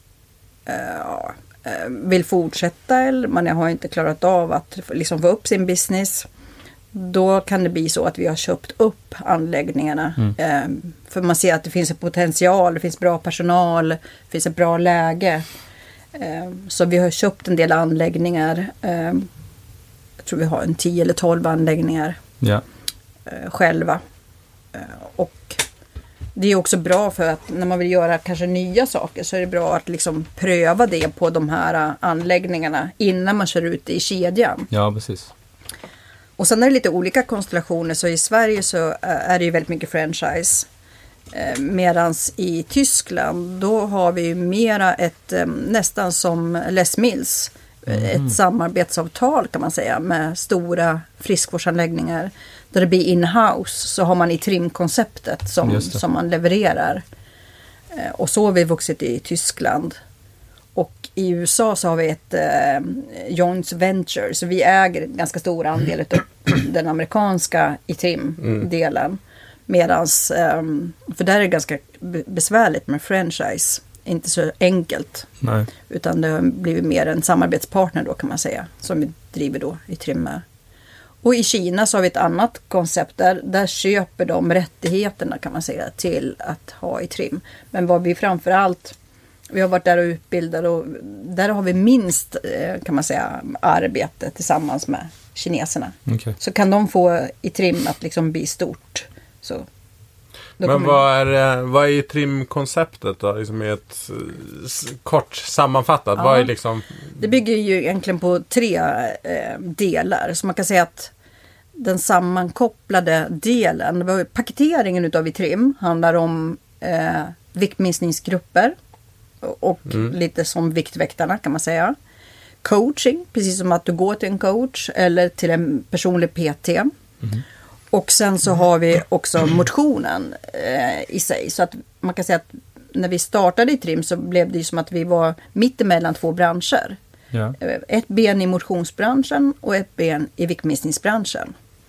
uh, vill fortsätta eller man har inte klarat av att liksom få upp sin business, då kan det bli så att vi har köpt upp anläggningarna. Mm. Uh, för man ser att det finns en potential, det finns bra personal, det finns ett bra läge. Så vi har köpt en del anläggningar. Jag tror vi har en tio eller tolv anläggningar ja. själva. Och det är också bra för att när man vill göra kanske nya saker så är det bra att liksom pröva det på de här anläggningarna innan man kör ut det i kedjan. Ja, precis. Och sen är det lite olika konstellationer. Så i Sverige så är det ju väldigt mycket franchise. Medans i Tyskland då har vi mera ett nästan som Les Mills mm. ett samarbetsavtal kan man säga med stora friskvårdsanläggningar där det blir in-house, så har man i Trim-konceptet som, som man levererar. Och så har vi vuxit i Tyskland. Och i U S A så har vi ett eh, joint venture, så vi äger en ganska stor andel av den amerikanska i Trim-delen. Mm. Medans, um, för där är det ganska besvärligt med franchise. Inte så enkelt. Nej. Utan det har blivit mer en samarbetspartner då kan man säga. Som vi driver då i Trim med. Och i Kina så har vi ett annat koncept. Där, där köper de rättigheterna kan man säga till att ha i Trim. Men vad vi framförallt, vi har varit där och utbildat och där har vi minst kan man säga arbete tillsammans med kineserna. Okay. Så kan de få i Trim att liksom bli stort. Så, men vad är, vad är Trim-konceptet då? Liksom ett kort sammanfattat. Ja, vad är liksom... Det bygger ju egentligen på tre eh, delar. Så man kan säga att den sammankopplade delen, paketeringen utav i Trim handlar om eh, viktminskningsgrupper och mm. lite som Viktväktarna kan man säga. Coaching, precis som att du går till en coach eller till en personlig P T. Mm. Och sen så har vi också motionen eh, i sig. Så att man kan säga att när vi startade i Trim så blev det ju som att vi var mitt emellan två branscher. Ja. Ett ben i motionsbranschen och ett ben i viktminskningsbranschen.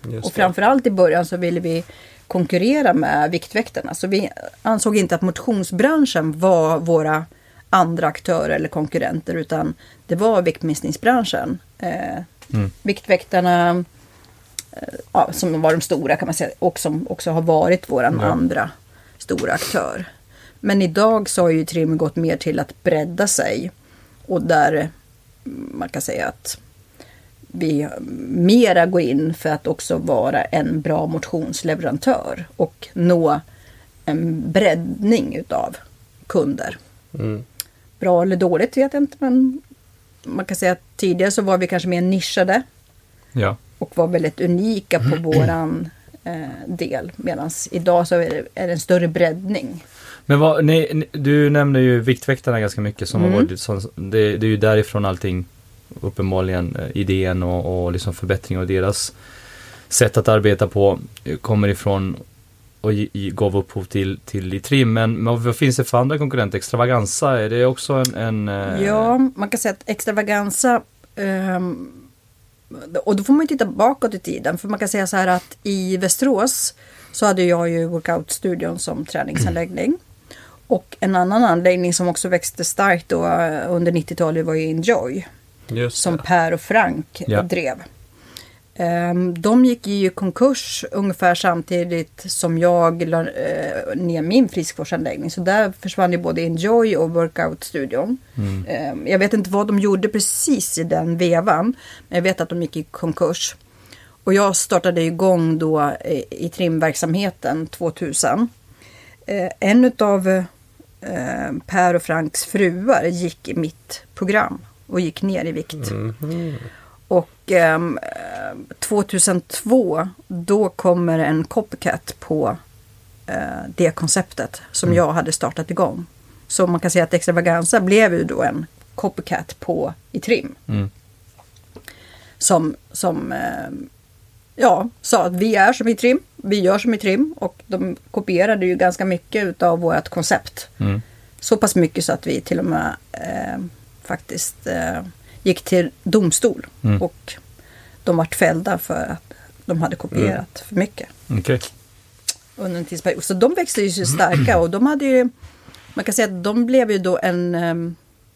Just och framförallt i början så ville vi konkurrera med Viktväktarna. Så vi ansåg inte att motionsbranschen var våra andra aktörer eller konkurrenter, utan det var viktminskningsbranschen. Eh, mm. Viktväktarna eh, ja, som var de stora kan man säga, och som också har varit våran ja. andra stora aktör. Men idag så har ju Trim gått mer till att bredda sig, och där man kan säga att vi mera går in för att också vara en bra motionsleverantör och nå en breddning utav kunder. Mm. Bra eller dåligt vet jag inte, men man kan säga att tidigare så var vi kanske mer nischade ja. och var väldigt unika på våran eh, del, medan idag så är det, är det en större breddning. Men vad, ni, du nämnde ju Viktväktarna ganska mycket som mm. har varit, som, det, det är ju därifrån allting uppenbarligen idén och, och liksom förbättring av deras sätt att arbeta på kommer ifrån och i, i, gav upphov till, till i Trim. Men, men vad finns det för andra konkurrenter? Extravaganza, är det också en... en eh... Ja, man kan säga att Extravaganza um, och då får man ju titta bakåt i tiden, för man kan säga så här att i Västerås så hade jag ju Workout-studion som träningsanläggning. Och en annan anläggning som också växte starkt då under nittiotalet var ju Enjoy. Som Per och Frank ja. drev. Um, de gick i konkurs ungefär samtidigt som jag la uh, ner min friskvårdsanläggning. Så där försvann ju både Enjoy och Workout-studion. Mm. Um, jag vet inte vad de gjorde precis i den vevan. Men jag vet att de gick i konkurs. Och jag startade igång då i, i trimverksamheten tvåtusen. Uh, en av uh, Per och Franks fruar gick i mitt program. Och gick ner i vikt. Mm-hmm. Och eh, tjugohundratvå då kommer en copycat på eh, det konceptet som mm. jag hade startat igång. Så man kan säga att Extravaganza blev ju då en copycat på i Trim. Mm. Som, som eh, ja, sa att vi är som i Trim, vi gör som i Trim. Och de kopierade ju ganska mycket av vårt koncept. Mm. Så pass mycket så att vi till och med... Eh, faktiskt eh, gick till domstol mm. och de vart fällda för att de hade kopierat mm. för mycket. Okay. Under en tidsperiod. Så de växte ju så starka och de hade ju, man kan säga att de blev ju då en, um,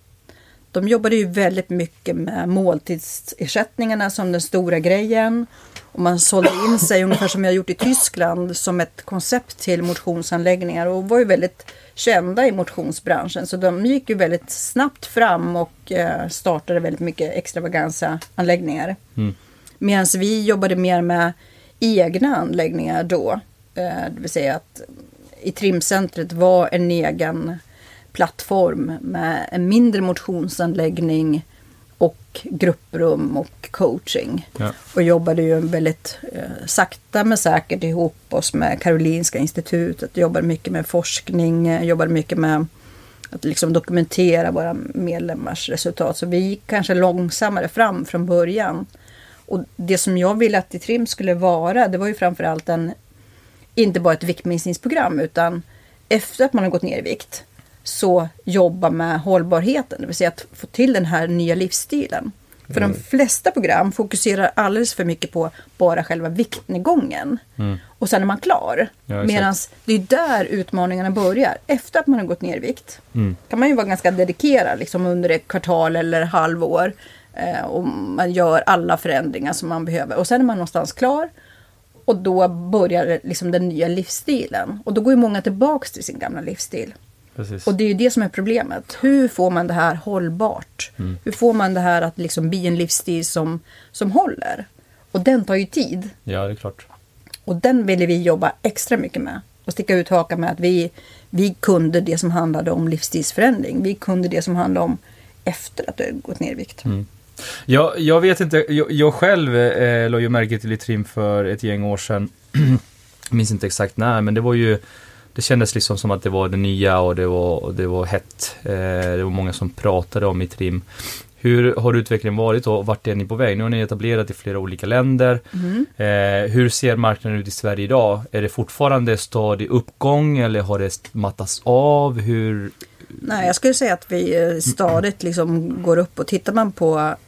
de jobbade ju väldigt mycket med måltidsersättningarna som den stora grejen. Och man sålde in sig ungefär som jag gjort i Tyskland som ett koncept till motionsanläggningar och var ju väldigt kända i motionsbranschen. Så de gick ju väldigt snabbt fram och eh, startade väldigt mycket Extravaganza-anläggningar. Mm. Medan vi jobbade mer med egna anläggningar då. Eh, det vill säga att i Trimcentret var en egen plattform med en mindre motionsanläggning och grupprum och coaching. Ja. Och jobbade ju väldigt eh, sakta men säkert ihop oss med Karolinska institutet. Jobbade mycket med forskning, jobbade mycket med att liksom dokumentera våra medlemmars resultat. Så vi gick kanske långsammare fram från början. Och det som jag ville att i Trim skulle vara, det var ju framförallt en, inte bara ett viktminskningsprogram, utan efter att man har gått ner i vikt så jobba med hållbarheten, det vill säga att få till den här nya livsstilen. För mm. de flesta program fokuserar alldeles för mycket på bara själva viktnedgången. Mm. Och sen är man klar. Ja, medan det är där utmaningarna börjar. Efter att man har gått ner i vikt mm. kan man ju vara ganska dedikerad liksom under ett kvartal eller halvår. Eh, och man gör alla förändringar som man behöver. Och sen är man någonstans klar. Och då börjar liksom den nya livsstilen. Och då går ju många tillbaka till sin gamla livsstil. Precis. Och det är ju det som är problemet. Hur får man det här hållbart? Mm. Hur får man det här att liksom bli en livsstil som, som håller? Och den tar ju tid. Ja, det är klart. Och den ville vi jobba extra mycket med. Och sticka ut hakan med att vi, vi kunde det som handlade om livsstilsförändring. Vi kunde det som handlade om efter att du gått ner i vikt. Mm. Jag, jag vet inte, jag, jag själv eh, låg ju märke till i Trim för ett gäng år sedan. Jag minns inte exakt när, men det var ju... Det kändes liksom som att det var det nya och det var, det var hett. Eh, det var många som pratade om i Trim. Hur har utvecklingen varit och vart är ni på väg? Nu har ni etablerat i flera olika länder. Mm. Eh, hur ser marknaden ut i Sverige idag? Är det fortfarande stadig uppgång eller har det mattats av? Hur... Nej, jag skulle säga att vi stadigt liksom går upp och tittar man på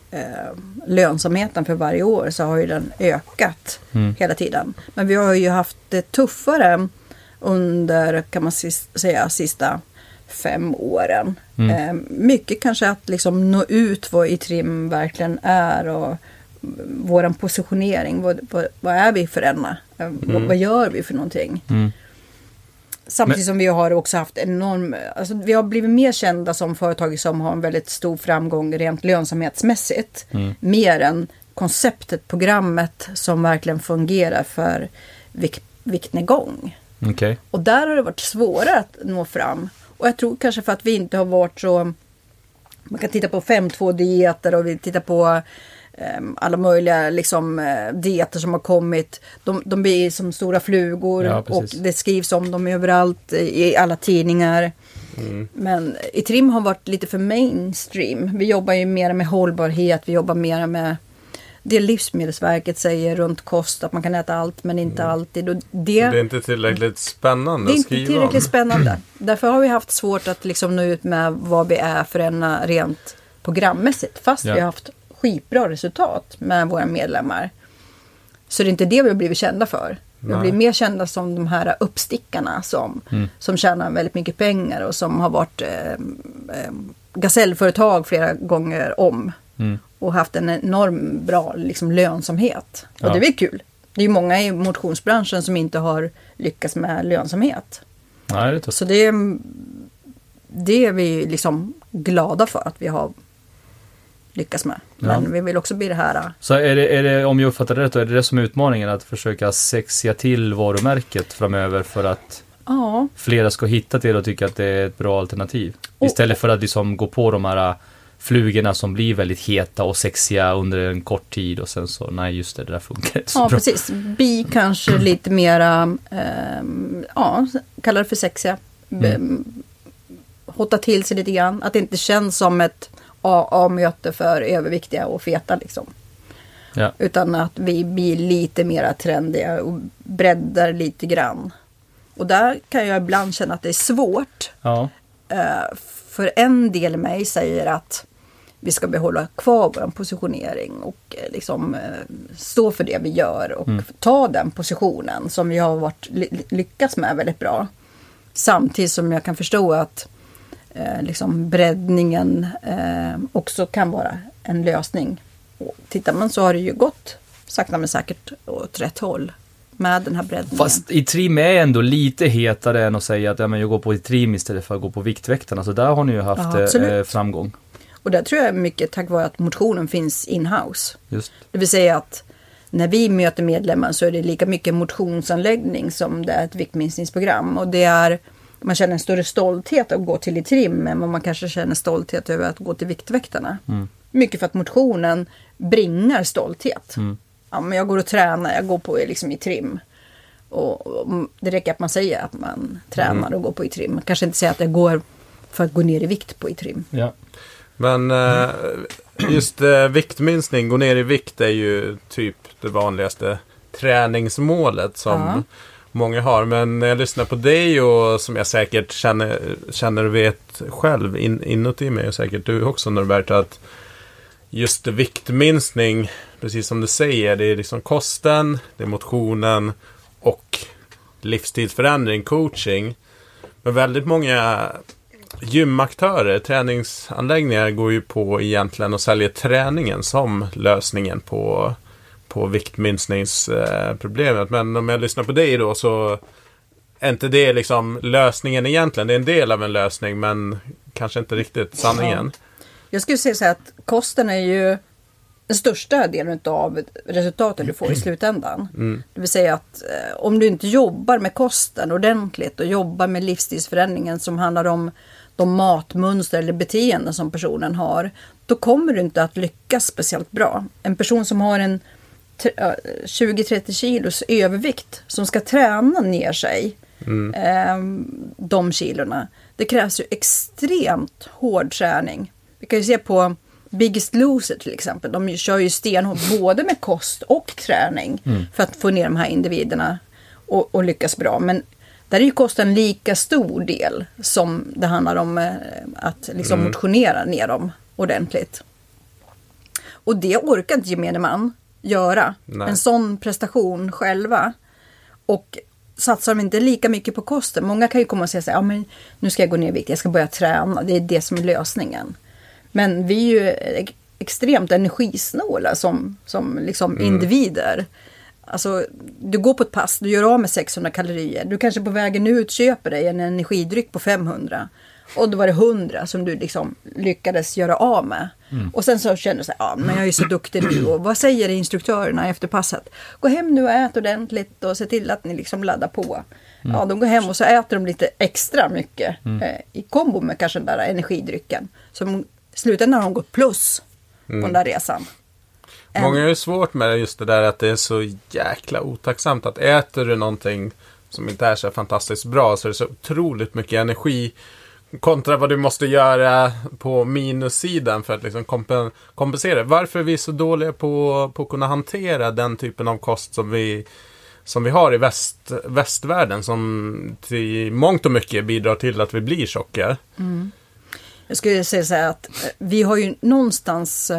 eh, lönsamheten för varje år så har ju den ökat mm. hela tiden. Men vi har ju haft det tuffare under, kan man säga, sista fem åren. Mm. Eh, mycket kanske att liksom nå ut vad iTrim verkligen är och våran positionering. Vad, vad, vad är vi för ena? Eh, mm. vad, vad gör vi för någonting? Mm. Samtidigt Men, som vi har också haft enorm... Alltså vi har blivit mer kända som företag som har en väldigt stor framgång rent lönsamhetsmässigt. Mm. Mer än konceptet, programmet som verkligen fungerar för vik, viktnedgång. Okay. Och där har det varit svårare att nå fram. Och jag tror kanske för att vi inte har varit så... Man kan titta på fem två-dieter och vi tittar på um, alla möjliga liksom, uh, dieter som har kommit. De, de blir som stora flugor ja, och det skrivs om dem överallt i alla tidningar. Mm. Men iTrim har varit lite för mainstream. Vi jobbar ju mer med hållbarhet, vi jobbar mer med det Livsmedelsverket säger runt kost, att man kan äta allt men inte mm. alltid. Och det, det är inte tillräckligt spännande att skriva Det är inte tillräckligt om. spännande. Därför har vi haft svårt att liksom nå ut med vad vi är för en rent programmässigt. Fast ja. vi har haft skitbra resultat med våra medlemmar. Så det är inte det vi har blivit kända för. Vi har blivit mer kända som de här uppstickarna som, mm. som tjänar väldigt mycket pengar och som har varit eh, eh, gasellföretag flera gånger om. Mm. Och haft en enorm bra liksom, lönsamhet. Och ja. det är kul. Det är ju många i motionsbranschen som inte har lyckats med lönsamhet. Nej, det är så det, det är vi liksom glada för att vi har lyckats med. Men ja. vi vill också bli det här. Så är det, är det, om jag uppfattar det rätt, är det det som är utmaningen att försöka sexia till varumärket framöver för att ja. flera ska hitta till och tycka att det är ett bra alternativ? Och, istället för att liksom gå på de här flugorna som blir väldigt heta och sexiga under en kort tid och sen så, nej just det, det där funkar inte så ja, bra. Precis. Bi kanske mm. lite mera, eh, ja, kallar det för sexiga. Mm. Hotta till sig lite grann. Att det inte känns som ett A A-möte för överviktiga och feta liksom. Ja. Utan att vi blir lite mera trendiga och breddar lite grann. Och där kan jag ibland känna att det är svårt. Ja. Eh, för en del i mig säger att vi ska behålla kvar vår positionering och eh, liksom eh, stå för det vi gör och mm. ta den positionen som vi har varit ly- lyckats med väldigt bra. Samtidigt som jag kan förstå att eh, liksom breddningen eh, också kan vara en lösning. Och tittar man så har det ju gått sakta men säkert åt rätt håll med den här breddningen. Fast iTrim är ändå lite hetare än att säga att ja, men jag går på iTrim istället för att gå på Viktväktarna. Så där har ni ju haft ja, eh, framgång. Och där tror jag mycket tack vare att motionen finns in-house. Just. Det vill säga att när vi möter medlemmar så är det lika mycket motionsanläggning som det är ett viktminskningsprogram. Och det är, man känner en större stolthet att gå till iTrim än vad man kanske känner stolthet över att gå till Viktväktarna. Mm. Mycket för att motionen bringar stolthet. Mm. Ja, men jag går och tränar, jag går på liksom iTrim. Och, och det räcker att man säger att man tränar mm. och går på iTrim. Man kanske inte säger att jag går för att gå ner i vikt på iTrim. Ja. Men mm. just eh, viktminskning, gå ner i vikt är ju typ det vanligaste träningsmålet som ja. många har. Men när jag lyssnar på dig och som jag säkert känner, känner och vet själv in, inuti mig och säkert du också Norberta, att just viktminskning, precis som du säger, det är liksom kosten, det är motionen och livsstilsförändring, coaching. Men väldigt många gymaktörer, träningsanläggningar går ju på egentligen och säljer träningen som lösningen på, på viktminskningsproblemet. Men om jag lyssnar på dig då så är inte det liksom lösningen egentligen. Det är en del av en lösning men kanske inte riktigt sanningen. Ja. Jag skulle säga så här att kosten är ju den största delen av resultatet du får i slutändan. Mm. Det vill säga att eh, om du inte jobbar med kosten ordentligt och jobbar med livsstilsförändringen som handlar om de matmönster eller beteenden som personen har, då kommer du inte att lyckas speciellt bra. En person som har en tjugo till trettio kilos övervikt som ska träna ner sig mm. eh, de kilorna, det krävs ju extremt hård träning. Vi kan ju se på Biggest Loser till exempel. De kör ju stenhårt både med kost och träning mm. för att få ner de här individerna och, och lyckas bra. Men där är ju kosten lika stor del som det handlar om eh, att liksom mm. motionera ner dem ordentligt. Och det orkar inte gemene man göra. Nej. En sån prestation själva. Och satsar de inte lika mycket på kosten. Många kan ju komma och säga så här, ja men nu ska jag gå ner i vikt, jag ska börja träna. Det är det som är lösningen. Men vi är ju extremt energisnåla som, som liksom mm. individer. Alltså, du går på ett pass, du gör av med sexhundra kalorier. Du kanske på vägen ut köper dig en energidryck på femhundra. Och då var det hundra som du liksom lyckades göra av med. Mm. Och sen så känner du så här, ja men jag är så duktig nu. Och vad säger instruktörerna efter passet? Gå hem nu och ät ordentligt och se till att ni liksom laddar på. Mm. Ja, de går hem och så äter de lite extra mycket. Mm. Eh, I kombo med kanske den där energidrycken. Så i slutändan har de gått plus mm. på den där resan. Många är ju svårt med just det där att det är så jäkla otacksamt att äter du någonting som inte är så fantastiskt bra så är det så otroligt mycket energi kontra vad du måste göra på minussidan för att liksom kompen- kompensera. Varför är vi så dåliga på, på att kunna hantera den typen av kost som vi, som vi har i väst, västvärlden som till mångt och mycket bidrar till att vi blir tjocka? Mm. Jag skulle säga så här att vi har ju någonstans...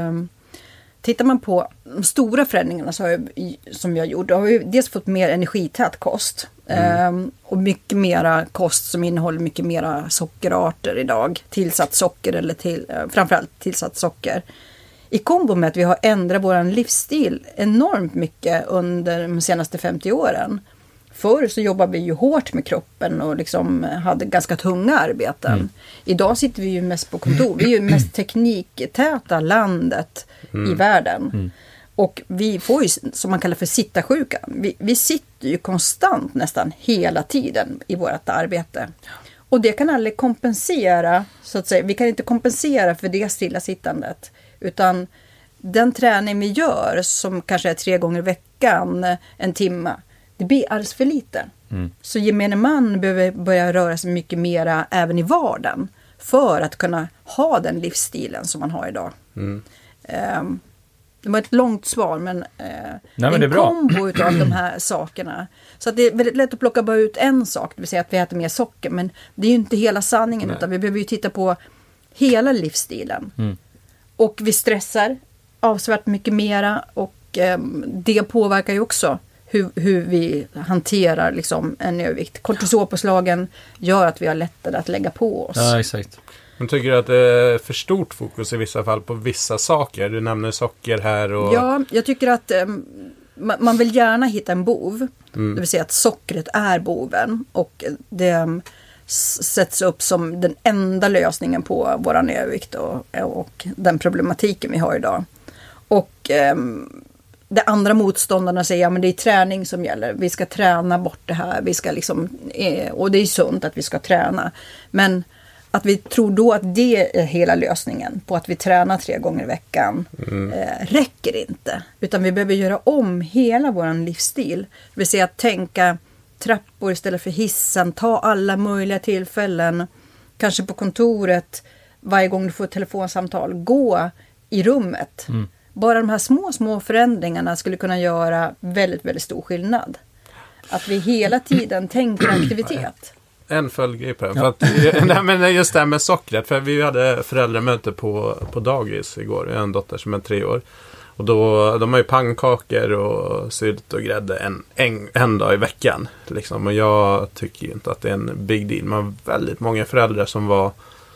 Tittar man på de stora förändringarna så har jag, som vi har gjort, då har vi dels fått mer energität kost. Mm. Eh, och mycket mera kost som innehåller mycket mera sockerarter idag. Tillsatt socker eller till, eh, framförallt tillsatt socker. I kombo med att vi har ändrat vår livsstil enormt mycket under de senaste femtio åren. Förr så jobbade vi ju hårt med kroppen och liksom hade ganska tunga arbeten. Mm. Idag sitter vi ju mest på kontor. Vi är ju mest tekniktäta landet mm. i världen. Mm. Och vi får ju, som man kallar för sittarsjuka. Vi, vi sitter ju konstant nästan hela tiden i vårt arbete. Och det kan aldrig kompensera, så att säga. Vi kan inte kompensera för det stillasittandet. Utan den träning vi gör, som kanske är tre gånger i veckan, en timme. Det blir alldeles för lite. Mm. Så gemene man behöver börja röra sig mycket mera även i vardagen. För att kunna ha den livsstilen som man har idag. Mm. Um, det var ett långt svar men, uh, Nej, men en det är bra. kombo av de här sakerna. Så att det är väldigt lätt att plocka bara ut en sak. Det vill säga att vi äter mer socker. Men det är ju inte hela sanningen. Nej. Utan vi behöver ju titta på hela livsstilen. Mm. Och vi stressar avsevärt mycket mera. Och um, det påverkar ju också Hur, hur vi hanterar liksom en övervikt. Kortisolpåslagen gör att vi har lättare att lägga på oss. Ja, exakt. Men tycker du att det är för stort fokus i vissa fall på vissa saker? Du nämner socker här och... Ja, jag tycker att um, man vill gärna hitta en bov. Mm. Det vill säga att sockret är boven. Och det um, sätts upp som den enda lösningen på våran övervikt och, och den problematiken vi har idag. Och... Um, Det andra motståndarna säger att ja, det är träning som gäller. Vi ska träna bort det här. Vi ska liksom, och det är sunt att vi ska träna. Men att vi tror då att det är hela lösningen på att vi tränar tre gånger i veckan mm. eh, räcker inte. Utan vi behöver göra om hela vår livsstil. Det vill säga att tänka trappor istället för hissen. Ta alla möjliga tillfällen. Kanske på kontoret. Varje gång du får ett telefonsamtal. Gå i rummet. Mm. Bara de här små, små förändringarna skulle kunna göra väldigt, väldigt stor skillnad. Att vi hela tiden tänker aktivitet. En följdgrej på den. Ja. För att, nej, men just det här med sockret. För vi hade föräldramöte på, på dagis igår. Jag har en dotter som är tre år. Och då, de har ju pannkakor och sylt och grädde en, en, en dag i veckan. Liksom. Och jag tycker ju inte att det är en big deal. Man har väldigt många föräldrar som var...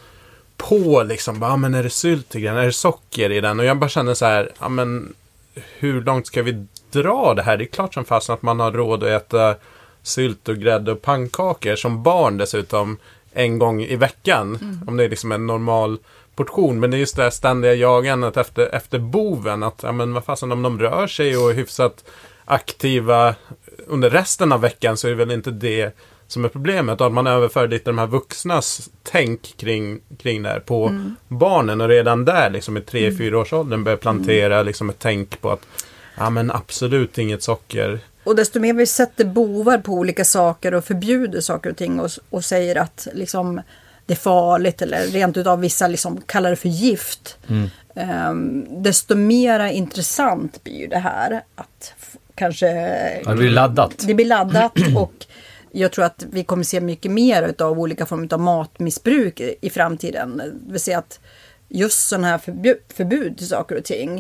på liksom, bara, men är det sylt i den? Är det socker i den? Och jag bara känner så här, ja men hur långt ska vi dra det här? Det är klart som fast att man har råd att äta sylt och grädde och pannkakor som barn dessutom en gång i veckan. Mm. Om det är liksom en normal portion. Men det är just det här ständiga jagandet efter, efter boven. Att, ja men vad fasen, om de rör sig och är hyfsat aktiva under resten av veckan så är det väl inte det som är problemet, och att man överför lite de här vuxnas tänk kring, kring det här på mm. barnen, och redan där liksom i tre fyra mm. års åldern börjar plantera mm. liksom ett tänk på att ja men absolut inget socker. Och desto mer vi sätter bovar på olika saker och förbjuder saker och ting och, och säger att liksom det är farligt eller rent utav vissa liksom kallar det för gift. Mm. Um, desto mera intressant blir ju det här att f- kanske det blir laddat. Det blir laddat och jag tror att vi kommer se mycket mer av olika former av matmissbruk i, i framtiden. Det vill säga att just sådana här förbud, förbud till saker och ting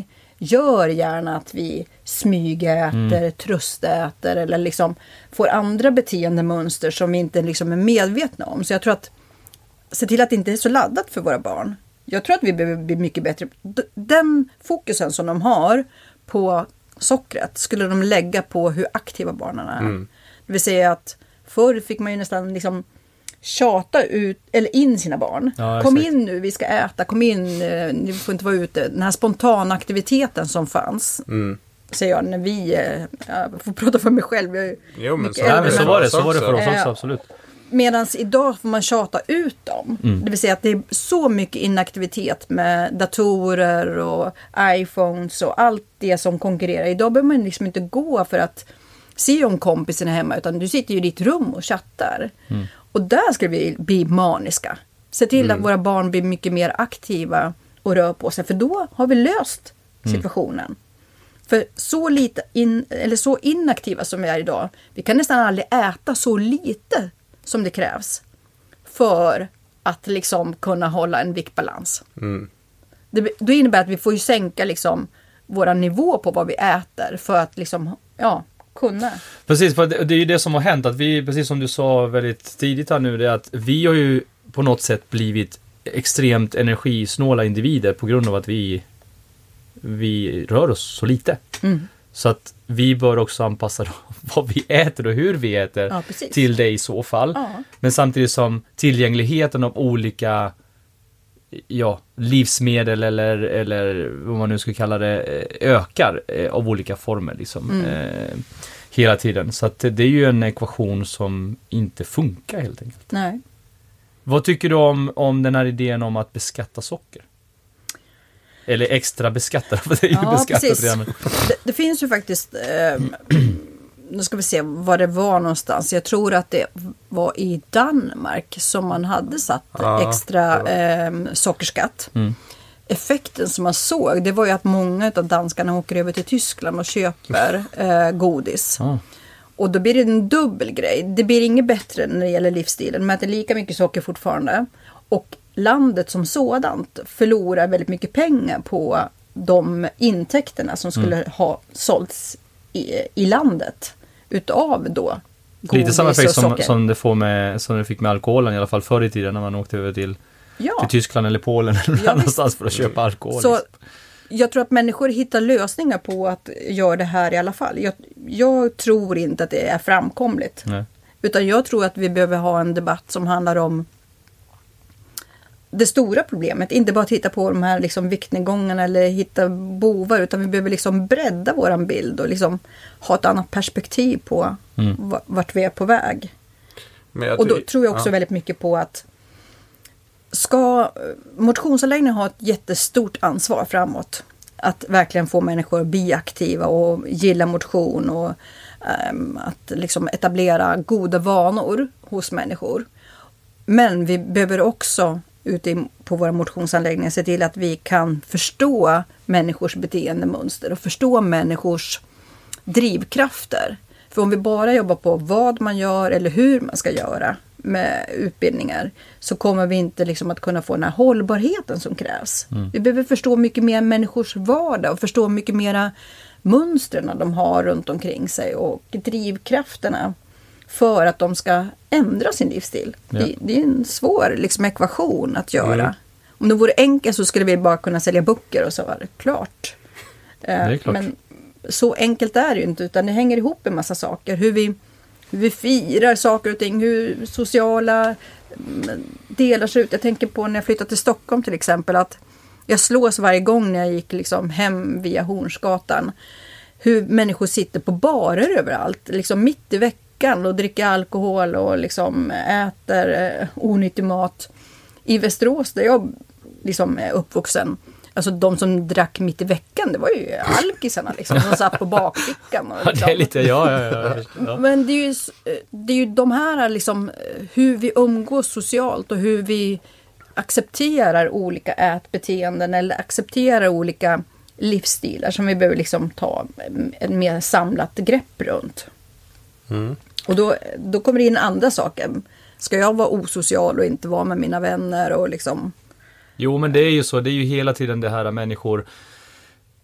gör gärna att vi smygäter, mm. tröstäter eller liksom får andra beteendemönster som vi inte liksom är medvetna om. Så jag tror att se till att det inte är så laddat för våra barn. Jag tror att vi behöver bli mycket bättre. Den fokusen som de har på sockret skulle de lägga på hur aktiva barnen är. Mm. Det vill säga att förr fick man ju nästan liksom tjata ut eller in sina barn. Ja, kom in nu, vi ska äta, kom in, ni får inte vara ute. Den här spontana aktiviteten som fanns. Mm. Säger jag när vi, jag får prata för mig själv. Jag jo, men så, nej, men så var det, så var det för oss också, absolut. Medan idag får man tjata ut dem. Mm. Det vill säga att det är så mycket inaktivitet med datorer och iPhones och allt det som konkurrerar. Idag behöver man liksom inte gå för att se om kompisen är hemma, utan du sitter ju i ditt rum och chattar. Mm. Och där ska vi bli maniska. Se till mm. att våra barn blir mycket mer aktiva och rör på sig, för då har vi löst situationen. Mm. För så lite in, eller så inaktiva som vi är idag, vi kan nästan aldrig äta så lite som det krävs för att liksom kunna hålla en viktbalans. Mm. Det, då innebär att vi får ju sänka liksom våra nivå på vad vi äter för att liksom, ja, kunna. Precis, för det, det är ju det som har hänt, att vi, precis som du sa väldigt tidigt här nu, det är att vi har ju på något sätt blivit extremt energisnåla individer på grund av att vi vi rör oss så lite. Mm. Så att vi bör också anpassa vad vi äter och hur vi äter ja, till det i så fall. Ja. Men samtidigt som tillgängligheten av olika ja, livsmedel eller, eller vad man nu ska kalla det ökar eh, av olika former liksom, mm. eh, hela tiden. Så att det är ju en ekvation som inte funkar helt enkelt. Nej. Vad tycker du om, om den här idén om att beskatta socker? Eller extra beskattade, för det är ju ja, beskattat redan. Det, det finns ju faktiskt, eh, nu ska vi se var det var någonstans. Jag tror att det var i Danmark som man hade satt ja, extra eh, sockerskatt. Mm. Effekten som man såg, det var ju att många av danskarna åker över till Tyskland och köper eh, godis. Ja. Och då blir det en dubbel grej. Det blir inget bättre när det gäller livsstilen. Man äter lika mycket socker fortfarande. Och landet som sådant förlorar väldigt mycket pengar på de intäkterna som skulle mm. ha sålts i, i landet utav då godis. Lite samma effekt som, som, det får med, som det fick med alkoholen i alla fall förr i tiden när man åkte över till, ja. till Tyskland eller Polen eller ja, annanstans för att köpa alkohol. Så jag tror att människor hittar lösningar på att göra det här i alla fall. Jag, jag tror inte att det är framkomligt. Nej. Utan jag tror att vi behöver ha en debatt som handlar om det stora problemet. Inte bara titta på de här liksom viktnedgångarna eller hitta bovar, utan vi behöver liksom bredda våran bild och liksom ha ett annat perspektiv på mm. vart vi är på väg. Men och då tror jag också ja. väldigt mycket på att ska motionsanläggningar ha ett jättestort ansvar framåt. Att verkligen få människor att bli aktiva och gilla motion och um, att liksom etablera goda vanor hos människor. Men vi behöver också ute på våra motionsanläggningar se till att vi kan förstå människors beteendemönster och förstå människors drivkrafter. För om vi bara jobbar på vad man gör eller hur man ska göra med utbildningar, så kommer vi inte liksom att kunna få den här hållbarheten som krävs. Mm. Vi behöver förstå mycket mer människors vardag och förstå mycket mera mönstren de har runt omkring sig och drivkrafterna för att de ska ändra sin livsstil. Ja. Det, det är en svår liksom, ekvation att göra. Mm. Om det vore enkelt så skulle vi bara kunna sälja böcker och så var det klart. Det är klart. Men så enkelt är det ju inte, utan det hänger ihop en massa saker. Hur vi, hur vi firar saker och ting, hur sociala delar ser ut. Jag tänker på när jag flyttade till Stockholm till exempel, att jag slås varje gång när jag gick liksom hem via Hornsgatan. Hur människor sitter på barer överallt, liksom mitt i veckan och dricker alkohol och liksom äter eh, onyttig mat. I Västerås där jag liksom är uppvuxen, alltså de som drack mitt i veckan, det var ju alkisarna liksom, som satt på bakfickan. Och liksom. Ja, det är lite, ja, ja, ja, ja. Men det är ju, det är ju de här liksom, hur vi umgås socialt och hur vi accepterar olika ätbeteenden eller accepterar olika livsstilar som vi behöver liksom ta ett mer samlat grepp runt. Mm. Och då, då kommer det in andra saker. Ska jag vara osocial och inte vara med mina vänner och liksom... Jo, men det är ju så. Det är ju hela tiden det här att människor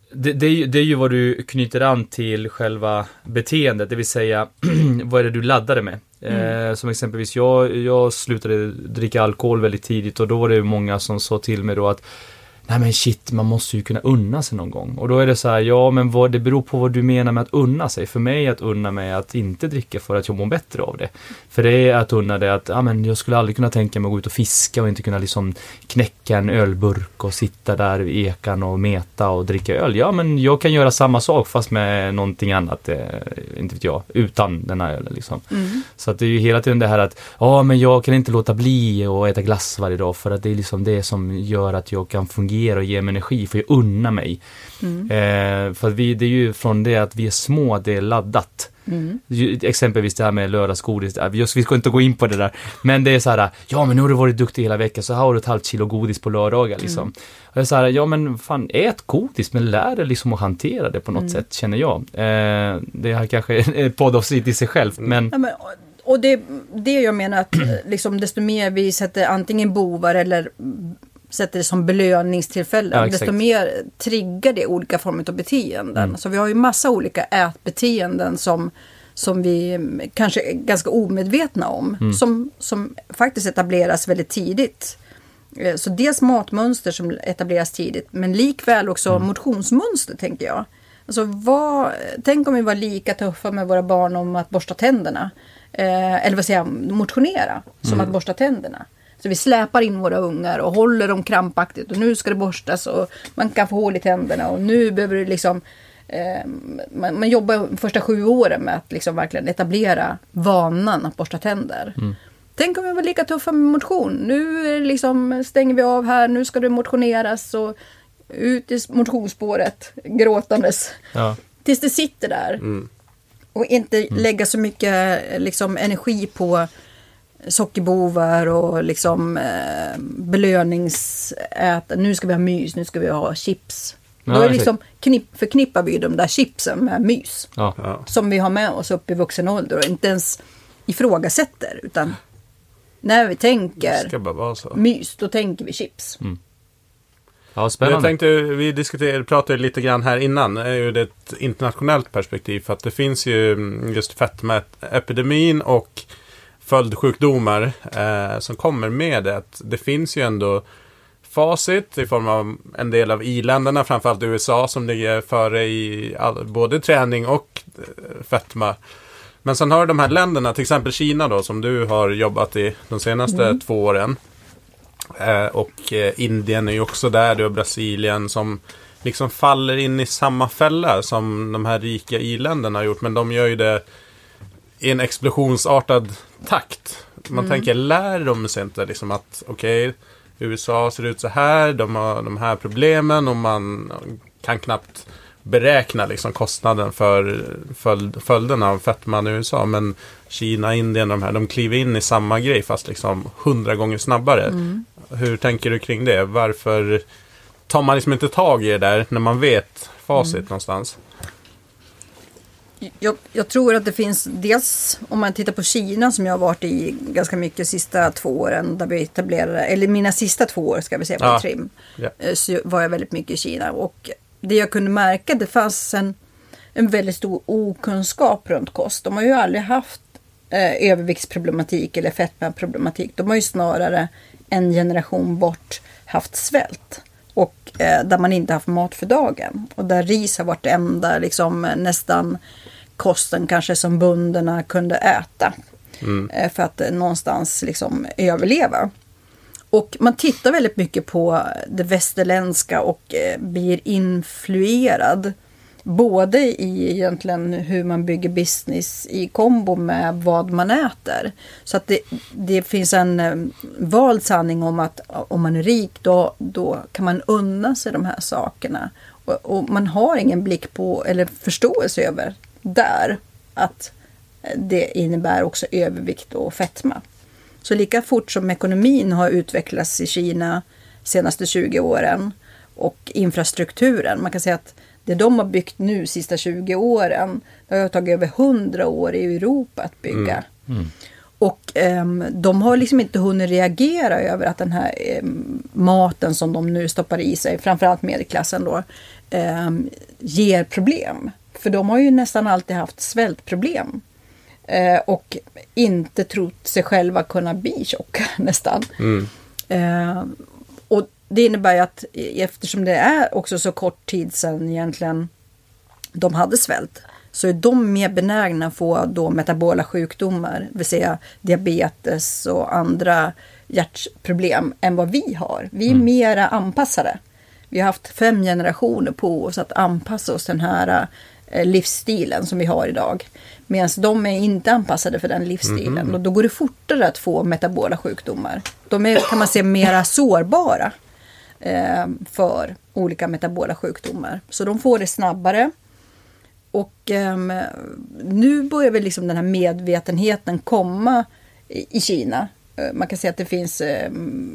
det, det, är ju, det är ju vad du knyter an till själva beteendet, det vill säga vad är det du laddade med. Mm. Eh, som exempelvis jag, jag slutade dricka alkohol väldigt tidigt och då var det många som sa till mig då att nej men shit, man måste ju kunna unna sig någon gång. Och då är det så här, ja men vad, det beror på vad du menar med att unna sig. För mig att unna mig att inte dricka för att jag mår bättre av det. För det är att unna det att ja, men jag skulle aldrig kunna tänka mig att gå ut och fiska och inte kunna liksom knäcka en ölburk och sitta där i ekan och meta och dricka öl. Ja men jag kan göra samma sak fast med någonting annat, eh, inte vet jag, utan den här ölen liksom. Mm. Så att det är ju hela tiden det här att ja men jag kan inte låta bli att äta glass varje dag för att det är liksom det som gör att jag kan fungera och ge mig energi, för jag unna mig. Mm. Eh, för att vi, det är ju från det att vi är små, det är laddat. Mm. Exempelvis det här med lördagsgodis. Just, vi ska inte gå in på det där. Men det är så här, ja men nu har du varit duktig hela veckan så har du ett halvt kilo godis på lördagar liksom. Mm. Och det är så här, ja men fan, ät godis men lär dig liksom att hantera det på något mm. sätt, känner jag. Eh, det här kanske är ett poddavsnitt i sig själv, men... Ja, men och det, det jag menar att liksom, desto mer vi sätter antingen bovar eller sätter det som belöningstillfällen, ja, desto mer triggar det olika former av beteenden. Mm. Så vi har ju massa olika ätbeteenden som, som vi kanske är ganska omedvetna om, mm. som, som faktiskt etableras väldigt tidigt. Så dels matmönster som etableras tidigt, men likväl också mm. motionsmönster, tänker jag. Alltså vad, tänk om vi var lika tuffa med våra barn om att borsta tänderna. Eh, eller vad säger jag, motionera som mm. att borsta tänderna. Så vi släpar in våra ungar och håller dem krampaktigt. Och nu ska det borstas och man kan få hål i tänderna. Och nu behöver det liksom... Eh, man, man jobbar de första sju åren med att liksom verkligen etablera vanan att borsta tänder. Mm. Tänk om vi var lika tuffa med motion. Nu är det liksom, stänger vi av här, nu ska det motioneras och ut i motionsspåret gråtandes. Ja. Tills det sitter där. Mm. Och inte mm. lägga så mycket liksom, energi på sockerbovar och liksom eh, belöningsäta. Nu ska vi ha mys, nu ska vi ha chips. Ja, då är liksom, knipp, förknippar vi de där chipsen med mys. Ja. Ja. Som vi har med oss upp i vuxen ålder och inte ens ifrågasätter. Utan när vi tänker mys, då tänker vi chips. Mm. Ja, spännande. Jag tänkte, vi diskuterade, pratade lite grann här innan, är ju det ett internationellt perspektiv, för att det finns ju just fetmaepidemin och följdsjukdomar eh, som kommer med det. Det finns ju ändå facit i form av en del av i-länderna, framförallt U S A som ligger före i all, både träning och eh, fetma. Men sen har de här länderna, till exempel Kina då, som du har jobbat i de senaste mm. två åren. Eh, och eh, Indien är ju också där, du har Brasilien som liksom faller in i samma fälla som de här rika i-länderna har gjort, men de gör ju det i en explosionsartad takt. Man mm. tänker, lär de sig inte liksom att okej, okay, U S A ser ut så här, de har de här problemen och man kan knappt beräkna liksom kostnaden för följd, följderna av fetman i U S A, men Kina, Indien, de här, de kliver in i samma grej fast liksom hundra gånger snabbare. Mm. Hur tänker du kring det? Varför tar man liksom inte tag i det där när man vet facit mm. någonstans? Jag, jag tror att det finns, dels om man tittar på Kina som jag har varit i ganska mycket de sista två åren, där vi etablerade, eller mina sista två år ska vi säga på ja. Trim, yeah. så var jag väldigt mycket i Kina. Och det jag kunde märka, det fanns en, en väldigt stor okunskap runt kost. De har ju aldrig haft eh, överviktsproblematik eller fetmaproblematik. De har ju snarare en generation bort haft svält. Och eh, där man inte haft mat för dagen. Och där ris har varit det enda liksom, nästan kosten kanske som bönderna kunde äta. Mm. Eh, för att eh, någonstans liksom överleva. Och man tittar väldigt mycket på det västerländska och eh, blir influerad. Både i egentligen hur man bygger business i kombo med vad man äter. Så att det, det finns en eh, vald sanning om att om man är rik då, då kan man unna sig de här sakerna. Och, och man har ingen blick på eller förståelse över där att det innebär också övervikt och fetma. Så lika fort som ekonomin har utvecklats i Kina de senaste tjugo åren och infrastrukturen, man kan säga att det de har byggt nu sista tjugo åren, det har tagit över hundra år i Europa att bygga. Mm. Mm. Och um, de har liksom inte hunnit reagera över att den här um, maten som de nu stoppar i sig, framförallt medelklassen då, eh, ger problem. För de har ju nästan alltid haft svältproblem. Eh, och inte trott sig själva kunna bli tjocka nästan. Mm. Eh, och det innebär ju att eftersom det är också så kort tid sedan egentligen de hade svält, så är de mer benägna att få då metabola sjukdomar, det vill säga diabetes och andra hjärtproblem än vad vi har. Vi är mm. mera anpassade. Vi har haft fem generationer på oss att anpassa oss den här eh, livsstilen som vi har idag. Medan de är inte anpassade för den livsstilen. Mm. Och då går det fortare att få metabola sjukdomar. De är, kan man säga, mera sårbara eh, för olika metabola sjukdomar. Så de får det snabbare. Och eh, nu börjar väl liksom den här medvetenheten komma i, i Kina. Man kan säga att det finns eh,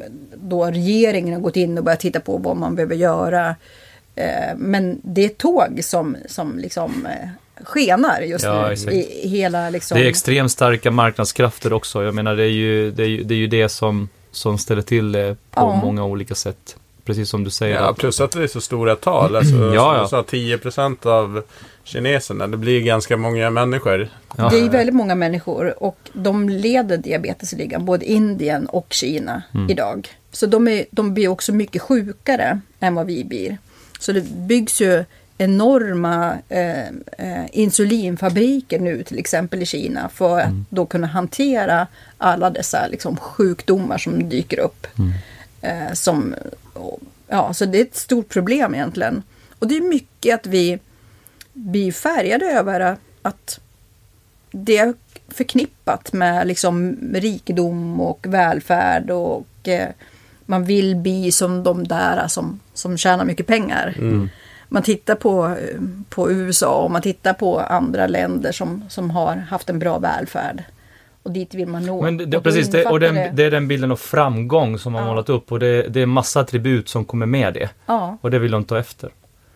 då regeringen har gått in och börjat titta på vad man behöver göra. Eh, men det är tåg som, som liksom eh, skenar just ja, nu i hela liksom... Det är extremt starka marknadskrafter också. Jag menar, det är ju det, är ju, det, är ju det som, som ställer till det på ja. många olika sätt. Precis som du säger. Ja, plus att det är så stora tal. Alltså, ja, ja. Så tio procent av kineserna, det blir ganska många människor. Ja. Det är väldigt många människor och de leder diabetesligan, både Indien och Kina mm. idag. Så de, är, de blir också mycket sjukare än vad vi blir. Så det byggs ju enorma eh, eh, insulinfabriker nu till exempel i Kina för att mm. då kunna hantera alla dessa liksom, sjukdomar som dyker upp. Mm. Eh, som, ja, så det är ett stort problem egentligen. Och det är mycket att vi blir färgade över att det är förknippat med liksom rikedom och välfärd och eh, man vill bli som de där som, som tjänar mycket pengar. Mm. Man tittar på, på U S A och man tittar på andra länder som, som har haft en bra välfärd. Och dit vill man nå. Men det, och precis, det, och den, det. det är den bilden av framgång som man ja. målat upp och det, det är massa attribut som kommer med det. Ja. Och det vill de ta efter.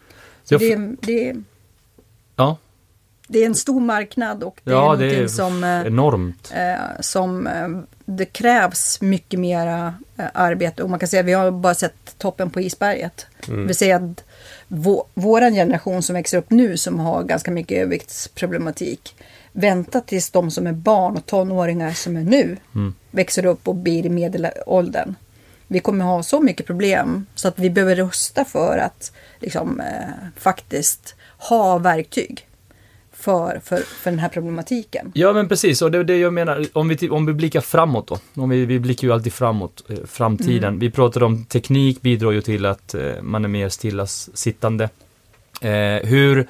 Så det, jag, det, ja. det är en stor marknad och det ja, är det är som, enormt. Eh, som eh, det krävs mycket mera eh, arbete. Och man kan säga att vi har bara sett toppen på isberget. Mm. Vi säger att vå, våran generation som växer upp nu som har ganska mycket överviktsproblematik, vänta tills de som är barn och tonåringar som är nu mm. växer upp och blir i medelåldern. Vi kommer ha så mycket problem så att vi behöver rusta för att liksom, eh, faktiskt ha verktyg för, för, för den här problematiken. Ja, men precis. Och det är det jag menar. Om vi, om vi blickar framåt då. Om vi, vi blickar ju alltid framåt. Eh, framtiden. Mm. Vi pratade om teknik bidrar ju till att eh, man är mer stillasittande. Eh, hur...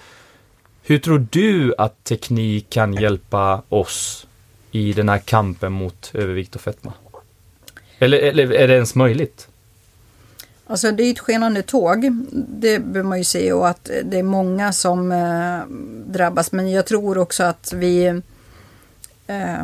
Hur tror du att teknik kan hjälpa oss i den här kampen mot övervikt och fetma? Eller, eller är det ens möjligt? Alltså det är ett skenande tåg. Det behöver man ju se och att det är många som eh, drabbas. Men jag tror också att vi, eh,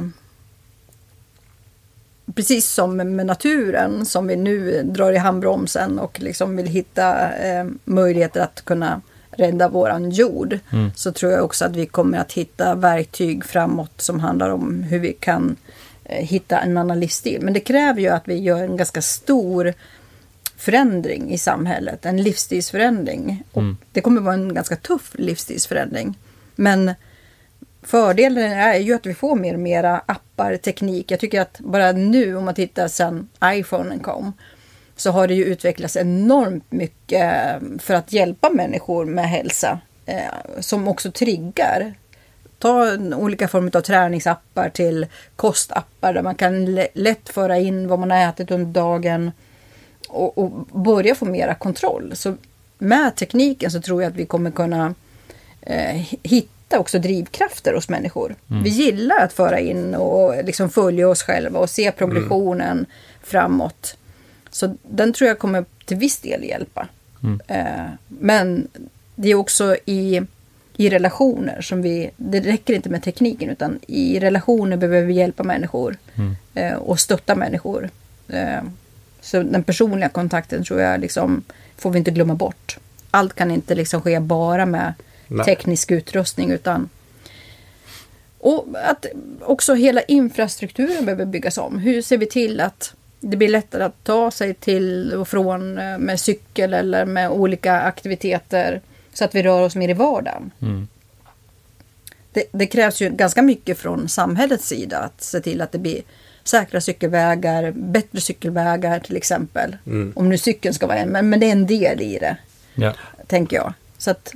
precis som med naturen som vi nu drar i handbromsen och liksom vill hitta eh, möjligheter att kunna rädda våran jord, mm. så tror jag också att vi kommer att hitta verktyg framåt som handlar om hur vi kan eh, hitta en annan livsstil. Men det kräver ju att vi gör en ganska stor förändring i samhället, en livsstilsförändring. Och mm. det kommer vara en ganska tuff livsstilsförändring. Men fördelen är ju att vi får mer och mera appar, teknik. Jag tycker att bara nu om man tittar sedan iPhonen kom så har det ju utvecklats enormt mycket för att hjälpa människor med hälsa. Eh, som också triggar. Ta olika former av träningsappar till kostappar där man kan lätt föra in vad man har ätit under dagen. Och, och börja få mera kontroll. Så med tekniken så tror jag att vi kommer kunna eh, hitta också drivkrafter hos människor. Mm. Vi gillar att föra in och liksom följa oss själva och se progressionen mm. framåt. Så den tror jag kommer till viss del hjälpa. Mm. Eh, men det är också i, i relationer som vi, det räcker inte med tekniken utan i relationer behöver vi hjälpa människor mm. eh, och stötta människor. Eh, så den personliga kontakten tror jag liksom får vi inte glömma bort. Allt kan inte liksom ske bara med Nej. teknisk utrustning utan och att också hela infrastrukturen behöver byggas om. Hur ser vi till att det blir lättare att ta sig till och från med cykel eller med olika aktiviteter. Så att vi rör oss mer i vardagen. Mm. Det, det krävs ju ganska mycket från samhällets sida att se till att det blir säkra cykelvägar, bättre cykelvägar till exempel. Mm. Om nu cykeln ska vara en, men, men det är en del i det. Ja. Tänker jag. Så att,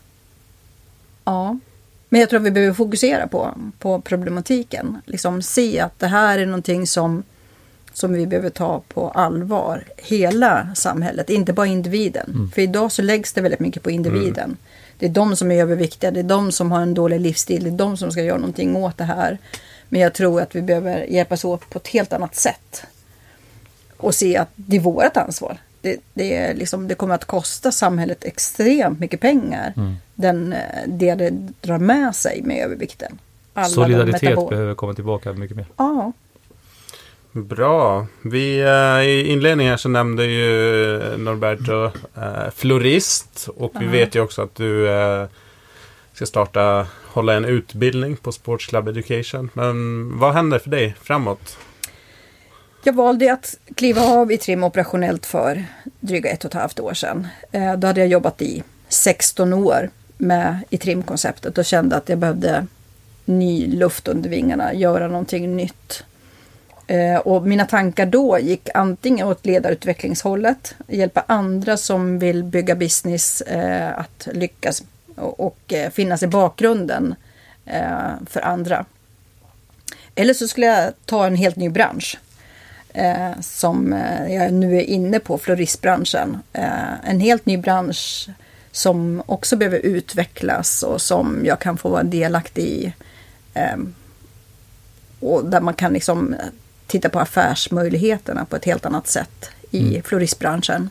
ja. Men jag tror att vi behöver fokusera på, på problematiken. Liksom se att det här är någonting som, som vi behöver ta på allvar. Hela samhället, inte bara individen. Mm. För idag så läggs det väldigt mycket på individen. Mm. Det är de som är överviktiga, det är de som har en dålig livsstil, det är de som ska göra någonting åt det här. Men jag tror att vi behöver hjälpas åt på ett helt annat sätt. Och se att det är vårt ansvar. Det, det, är liksom, det kommer att kosta samhället extremt mycket pengar. Mm. Den, det det drar med sig med övervikten. Alla solidaritet behöver komma tillbaka mycket mer. Ja. Bra. Vi, uh, I inledningen här så nämnde ju Norberto uh, florist. Och uh-huh. vi vet ju också att du uh, ska starta, hålla en utbildning på Sports Club Education. Men vad händer för dig framåt? Jag valde att kliva av i Trim operationellt för dryga ett och ett halvt år sedan. Uh, då hade jag jobbat i sexton år med i Trim-konceptet och kände att jag behövde ny luft under vingarna, göra någonting nytt. Eh, och mina tankar då gick antingen åt ledarutvecklingshållet, hjälpa andra som vill bygga business eh, att lyckas och, och eh, finnas i bakgrunden eh, för andra. Eller så skulle jag ta en helt ny bransch eh, som eh, jag nu är inne på, floristbranschen. Eh, en helt ny bransch som också behöver utvecklas och som jag kan få vara delaktig i. Eh, och där man kan liksom titta på affärsmöjligheterna på ett helt annat sätt i mm. floristbranschen.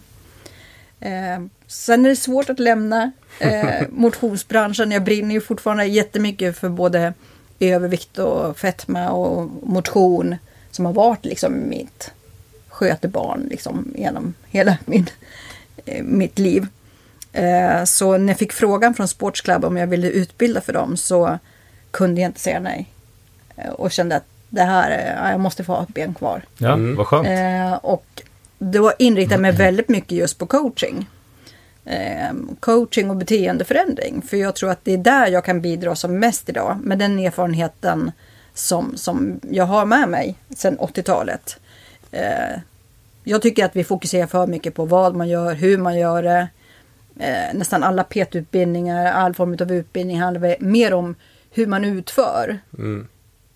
Eh, sen är det svårt att lämna eh, motionsbranschen. Jag brinner ju fortfarande jättemycket för både övervikt och fetma och motion som har varit liksom mitt skötebarn liksom genom hela min, eh, mitt liv. Eh, så när jag fick frågan från Sports Club om jag ville utbilda för dem så kunde jag inte säga nej. Eh, och kände att det här, jag måste få ha ett ben kvar. Ja, mm. vad skönt. Eh, och då inriktade jag mig väldigt mycket just på coaching. Eh, coaching och beteendeförändring. För jag tror att det är där jag kan bidra som mest idag. Med den erfarenheten som, som jag har med mig sedan åttiotalet. Eh, jag tycker att vi fokuserar för mycket på vad man gör, hur man gör det. Eh, nästan alla P T-utbildningar, all form av utbildning handlar mer om hur man utför. Mm.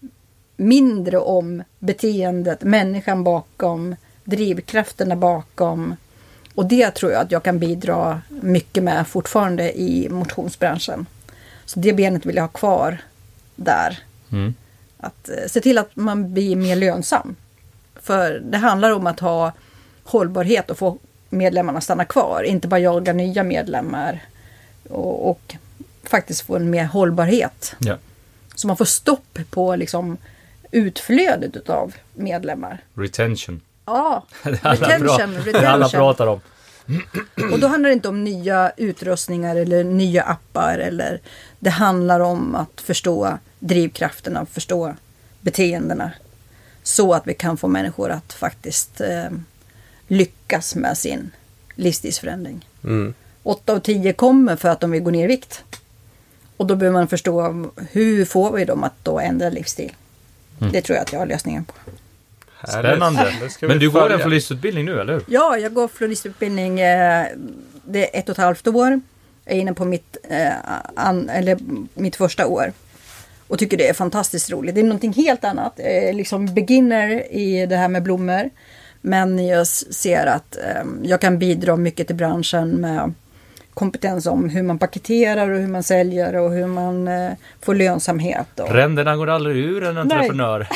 Mindre om beteendet, människan bakom, drivkrafterna bakom. Och det tror jag att jag kan bidra mycket med fortfarande i motionsbranschen. Så det benet vill jag ha kvar där. Mm. Att eh, se till att man blir mer lönsam. För det handlar om att ha hållbarhet och få medlemmarna stanna kvar. Inte bara jaga nya medlemmar. Och, och faktiskt få en mer hållbarhet. Ja. Så man får stopp på liksom utflödet av medlemmar. Retention. Ja, det alla retention, bra, retention. Det alla pratar om. Och då handlar det inte om nya utrustningar eller nya appar. Eller det handlar om att förstå drivkrafterna, förstå beteendena. Så att vi kan få människor att faktiskt eh, lyckas med sin livsstilsförändring. Mm. Åtta av tio kommer för att de vill gå ner i vikt. Och då behöver man förstå hur får vi dem att då ändra livsstil. Mm. Det tror jag att jag har lösningen på. Spännande. Men du går en floristutbildning nu, eller hur? Ja, jag går floristutbildning. Eh, det är ett och ett halvt år. Jag är inne på mitt, eh, an, eller mitt första år. Och tycker det är fantastiskt roligt. Det är någonting helt annat. Jag är liksom beginner i det här med blommor. Men jag ser att eh, jag kan bidra mycket till branschen med kompetens om hur man paketerar och hur man säljer och hur man eh, får lönsamhet. Och... Ränderna går aldrig ur en entreprenör.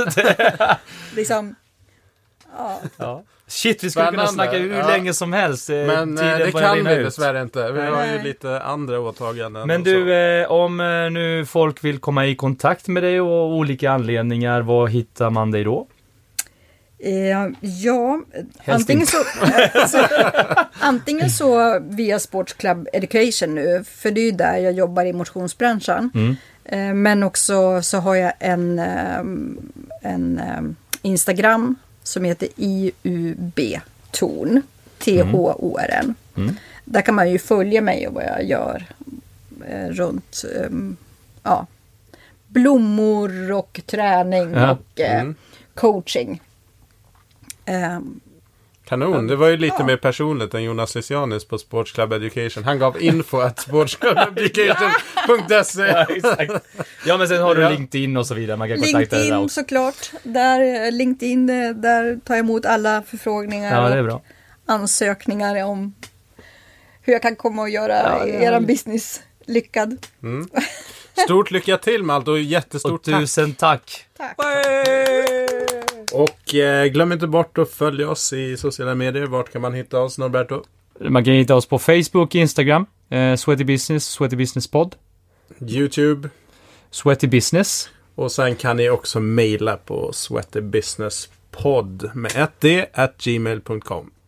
liksom, ja. Ja. Shit, vi skulle kunna snacka hur ja. länge som helst. Men eh, det kan vi dessvärre inte. Vi har ju lite andra åtaganden. Men du, eh, om eh, nu folk vill komma i kontakt med dig och olika anledningar, vad hittar man dig då? Eh, ja, antingen så, alltså, antingen så via Sports Club Education nu, för det är ju där jag jobbar i motionsbranschen. Mm. Eh, men också så har jag en, en Instagram som heter I U B Torn, T H O R N. Mm. där kan man ju följa mig och vad jag gör eh, runt eh, ja, blommor och träning Ja. och eh, Mm. coaching. Eh, Kanon, det var ju lite Ja. mer personligt än Jonas Lysianis på Sports Club Education. Han gav info att sportsclubeducation punkt se. Ja, exakt. Ja, men sen har du Ja. LinkedIn och så vidare. Man kan kontakta dig där LinkedIn också. såklart. Där, LinkedIn, eh, där tar jag emot alla förfrågningar Ja, det är och bra. ansökningar om hur jag kan komma och göra Ja, det är er härligt. business lyckad. Mm. Stort lycka till med allt och jättestort Och tack. tusen tack. Tack. Och eh, glöm inte bort att följa oss i sociala medier. Vart kan man hitta oss, Norberto? Man kan hitta oss på Facebook, Instagram, eh, Sweaty Business, Sweaty Business Pod, YouTube. Sweaty Business. Och sen kan ni också mejla på sweatybusinesspodd med ett d at gmail punkt com.